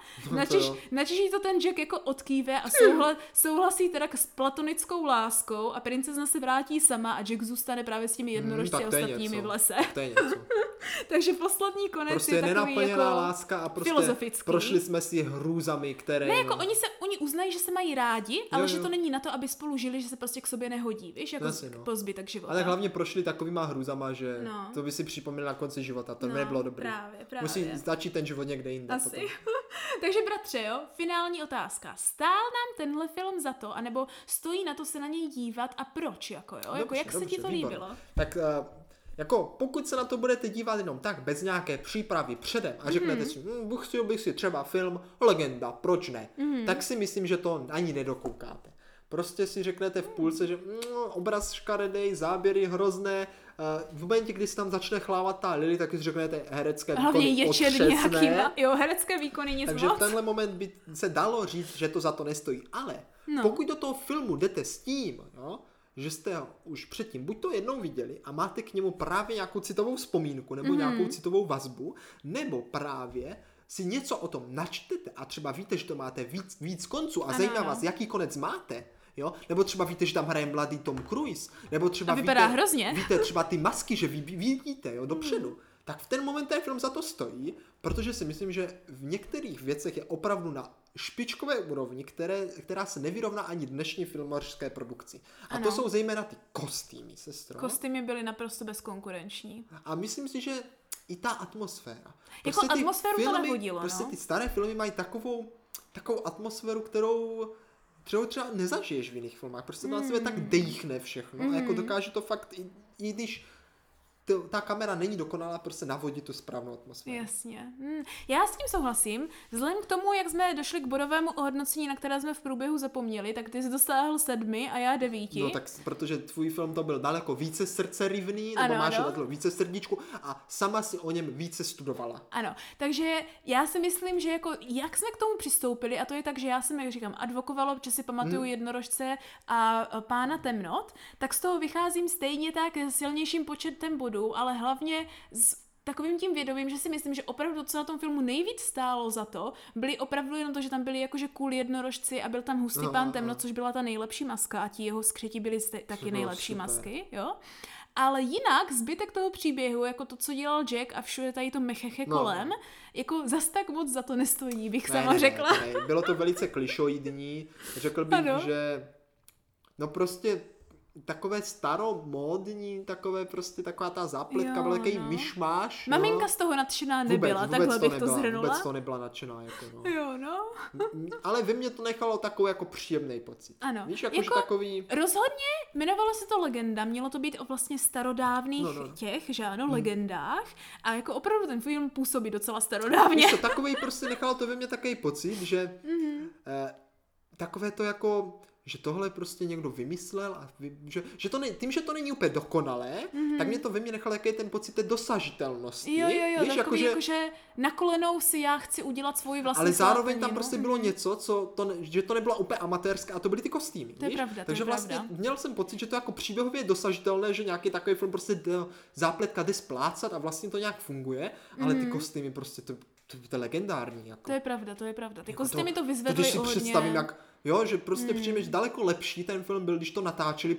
Načež to ten Jack jako odkýve a souhlasí teda s platonickou láskou a princezna se vrátí sama a Jack zůstane právě s těmi jednorožci ostatními v lese. To je něco. Takže poslední konec prostě je takový jako láska a prostě prošli jsme si hrůzami, které... Ne, jako oni uznají, že se mají rádi, ale že to není na to, aby spolu žili, že se prostě k sobě nehodí, víš, jako po zbytek života. Ale hlavně prošli takovýma hrůzama, že to by si připomněl na konci života, to nebylo dobré. Právě. Musí začít ten život někde jinde. Asi. Takže bratře, finální otázka. Stál nám tenhle film za to, anebo stojí na to se na něj dívat a proč, jak se ti to líbilo? Tak jako pokud se na to budete dívat jenom tak, bez nějaké přípravy předem a řeknete si, chtěl bych si třeba film Legenda, proč ne? Tak si myslím, že to ani nedokoukáte. Prostě si řeknete v půlce, že obraz škaredej, záběry hrozné, v momentě, kdy se tam začne chlávat ta Lily, tak si řeknete herecké výkony otřesné. Herecké výkony nic takže v tenhle moment by se dalo říct, že to za to nestojí. Ale pokud do toho filmu jdete s tím, že jste ho už předtím buď to jednou viděli a máte k němu právě nějakou citovou vzpomínku nebo nějakou citovou vazbu, nebo právě si něco o tom načtete a třeba víte, že to máte víc konců a zajímá vás, jaký konec máte, nebo třeba víte, že tam hraje mladý Tom Cruise, nebo třeba víte třeba ty masky, že vidíte dopředu. Tak v ten moment ten film za to stojí, protože si myslím, že v některých věcech je opravdu na špičkové úrovni, která se nevyrovná ani dnešní filmařské produkci. A to jsou zejména ty kostýmy, sestro. Kostýmy byly naprosto bezkonkurenční. A myslím si, že i ta atmosféra. Prostě jako atmosféru to nehodilo, Prostě ty staré filmy mají takovou atmosféru, kterou třeba nezažiješ v jiných filmách. Prostě to na sebe tak dejchne všechno. A jako dokáže to fakt, i když ta kamera není dokonalá, prostě navodit tu správnou atmosféru. Jasně. Já s tím souhlasím. Vzhledem k tomu, jak jsme došli k bodovému ohodnocení, na které jsme v průběhu zapomněli, tak ty jsi dosáhl 7 a já 9. No tak protože tvůj film to byl daleko více srdcerivný, nebo máš více srdíčku a sama si o něm více studovala. Ano, takže já si myslím, že jako jak jsme k tomu přistoupili, a to je tak, že já jsem, jak říkám, advokovala, protože si pamatuju Jednorožce a Pána temnot, tak z toho vycházím stejně tak silnějším početem bodů, ale hlavně s takovým tím vědomím, že si myslím, že opravdu, co na tom filmu nejvíc stálo za to, byly opravdu jenom to, že tam byli jakože cool jednorožci a byl tam hustý Pán temnot, což byla ta nejlepší maska a ti jeho skřeti byly taky nejlepší masky, jo. Ale jinak zbytek toho příběhu, jako to, co dělal Jack a všude tady to mecheche kolem, jako zas tak moc za to nestojí, bych sama řekla. Ne. Bylo to velice klišoidní, řekl bych, že no prostě takové staromódní, takové prostě taková ta zápletka, byl takový myšmáš. Maminka z toho nadšená nebyla, takhle bych to zhrnula. Vůbec to nebyla nadšená. Jako, no. Jo, no. Ale ve mně to nechalo takový jako příjemný pocit. Ano. Víš, jako takový... Rozhodně jmenovalo se to Legenda, mělo to být o vlastně starodávných legendách a jako opravdu ten film působí docela starodávně. Víš, takový prostě nechalo to ve mně takový pocit, že takové to jako... že tohle prostě někdo vymyslel a že to tím, že to není úplně dokonalé, tak mě to ve mně nechalo jaký ten pocit té dosažitelnosti. Jo, víš, takový jakože na kolenou si já chci udělat svůj vlastní ale zároveň tam prostě bylo něco, že to nebylo úplně amatérská a to byly ty kostýmy. To je pravda, takže vlastně měl jsem pocit, že to jako příběhově dosažitelné, že nějaký takový film prostě zápletka jde splácat a vlastně to nějak funguje, ale ty kostýmy prostě to je legendární. Jako. To je pravda. Ty jako kostýmy to vyzvedly když si představím, jak že prostě přijmeš daleko lepší ten film byl, když to natáčeli,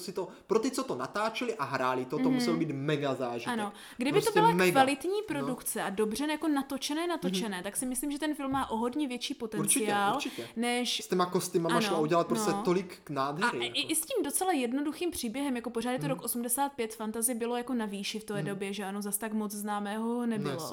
pro ty, co to natáčeli a hráli to muselo být mega zážitek. Ano, kdyby prostě to byla kvalitní produkce a dobře jako natočené, tak si myslím, že ten film má o hodně větší potenciál, určitě. než... S těma kostýmama šlo udělat prostě tolik nádhery. A i s tím docela jednoduchým příběhem, jako pořád je to rok 85, fantasy bylo jako na výši v té době, že ano, zas tak moc známého nebylo.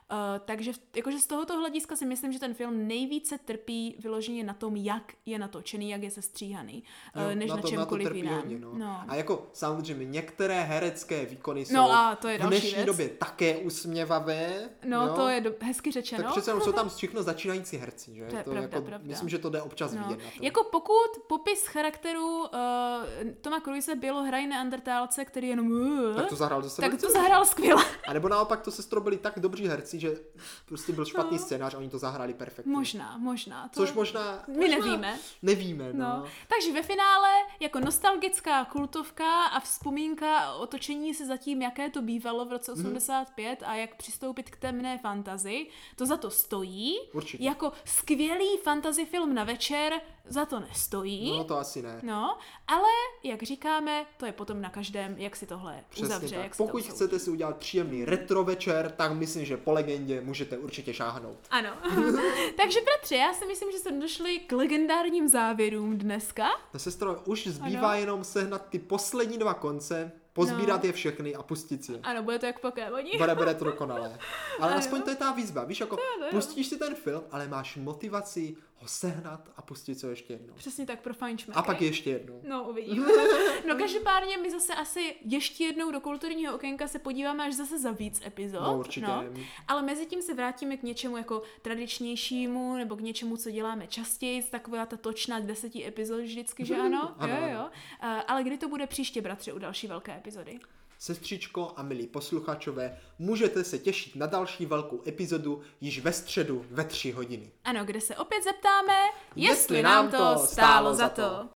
Takže jakože z tohoto hlediska si myslím, že ten film nejvíce trpí vyloženě na tom, jak je natočený, jak je sestříhaný, než na čemkoliv jiném. No. A jako samozřejmě některé herecké výkony jsou v dnešní době také usměvavé. To je hezky řečeno. Tak přece jsou tam všechno začínající herci, že? To je pravda. Myslím, že to jde občas vidět. Jako pokud popis charakteru Toma Cruise bylo hrají neandertálce, který jenom tak to zahrál skvěle. A nebo naopak to sestro byli tak dobří herci, že prostě byl špatný scénář a oni to zahráli perfektně. Možná. Což možná nevíme. No. Takže ve finále jako nostalgická kultovka a vzpomínka o točení se zatím, jaké to bývalo v roce 85 a jak přistoupit k temné fantazii, to za to stojí. Určitě. Jako skvělý fantasy film na večer za to nestojí. No to asi ne. No, ale jak říkáme, to je potom na každém, jak si tohle uzavře. Jak pokud chcete si udělat příjemný retro večer, tak myslím, že po Legendě můžete určitě šáhnout. Ano. Takže bratře, já si myslím, že jsme došli k legendárním závěrům dneska. No sestro, už zbývá jenom sehnat ty poslední 2 konce, pozbírat je všechny a pustit si je. Ano, bude to jak Pokémoni. Bude to dokonalé. Ale aspoň to je ta výzva, víš, jako pustíš si ten film, ale máš motivaci ho sehnat a pustit se ještě jednou. Přesně tak, pro fajnšmeky. A pak ještě jednou. No, uvidíme. No každopádně my zase asi ještě jednou do kulturního okénka se podíváme až zase za víc epizod. No, určitě. No. Ale mezi tím se vrátíme k něčemu jako tradičnějšímu, nebo k něčemu, co děláme častěji, taková ta točná 10 epizod vždycky, že ano? Jo. Ale kdy to bude příště, bratře, u další velké epizody? Sestřičko a milí posluchačové, můžete se těšit na další velkou epizodu již ve středu ve 3 hodiny. Ano, kde se opět zeptáme, jestli nám to stálo za to.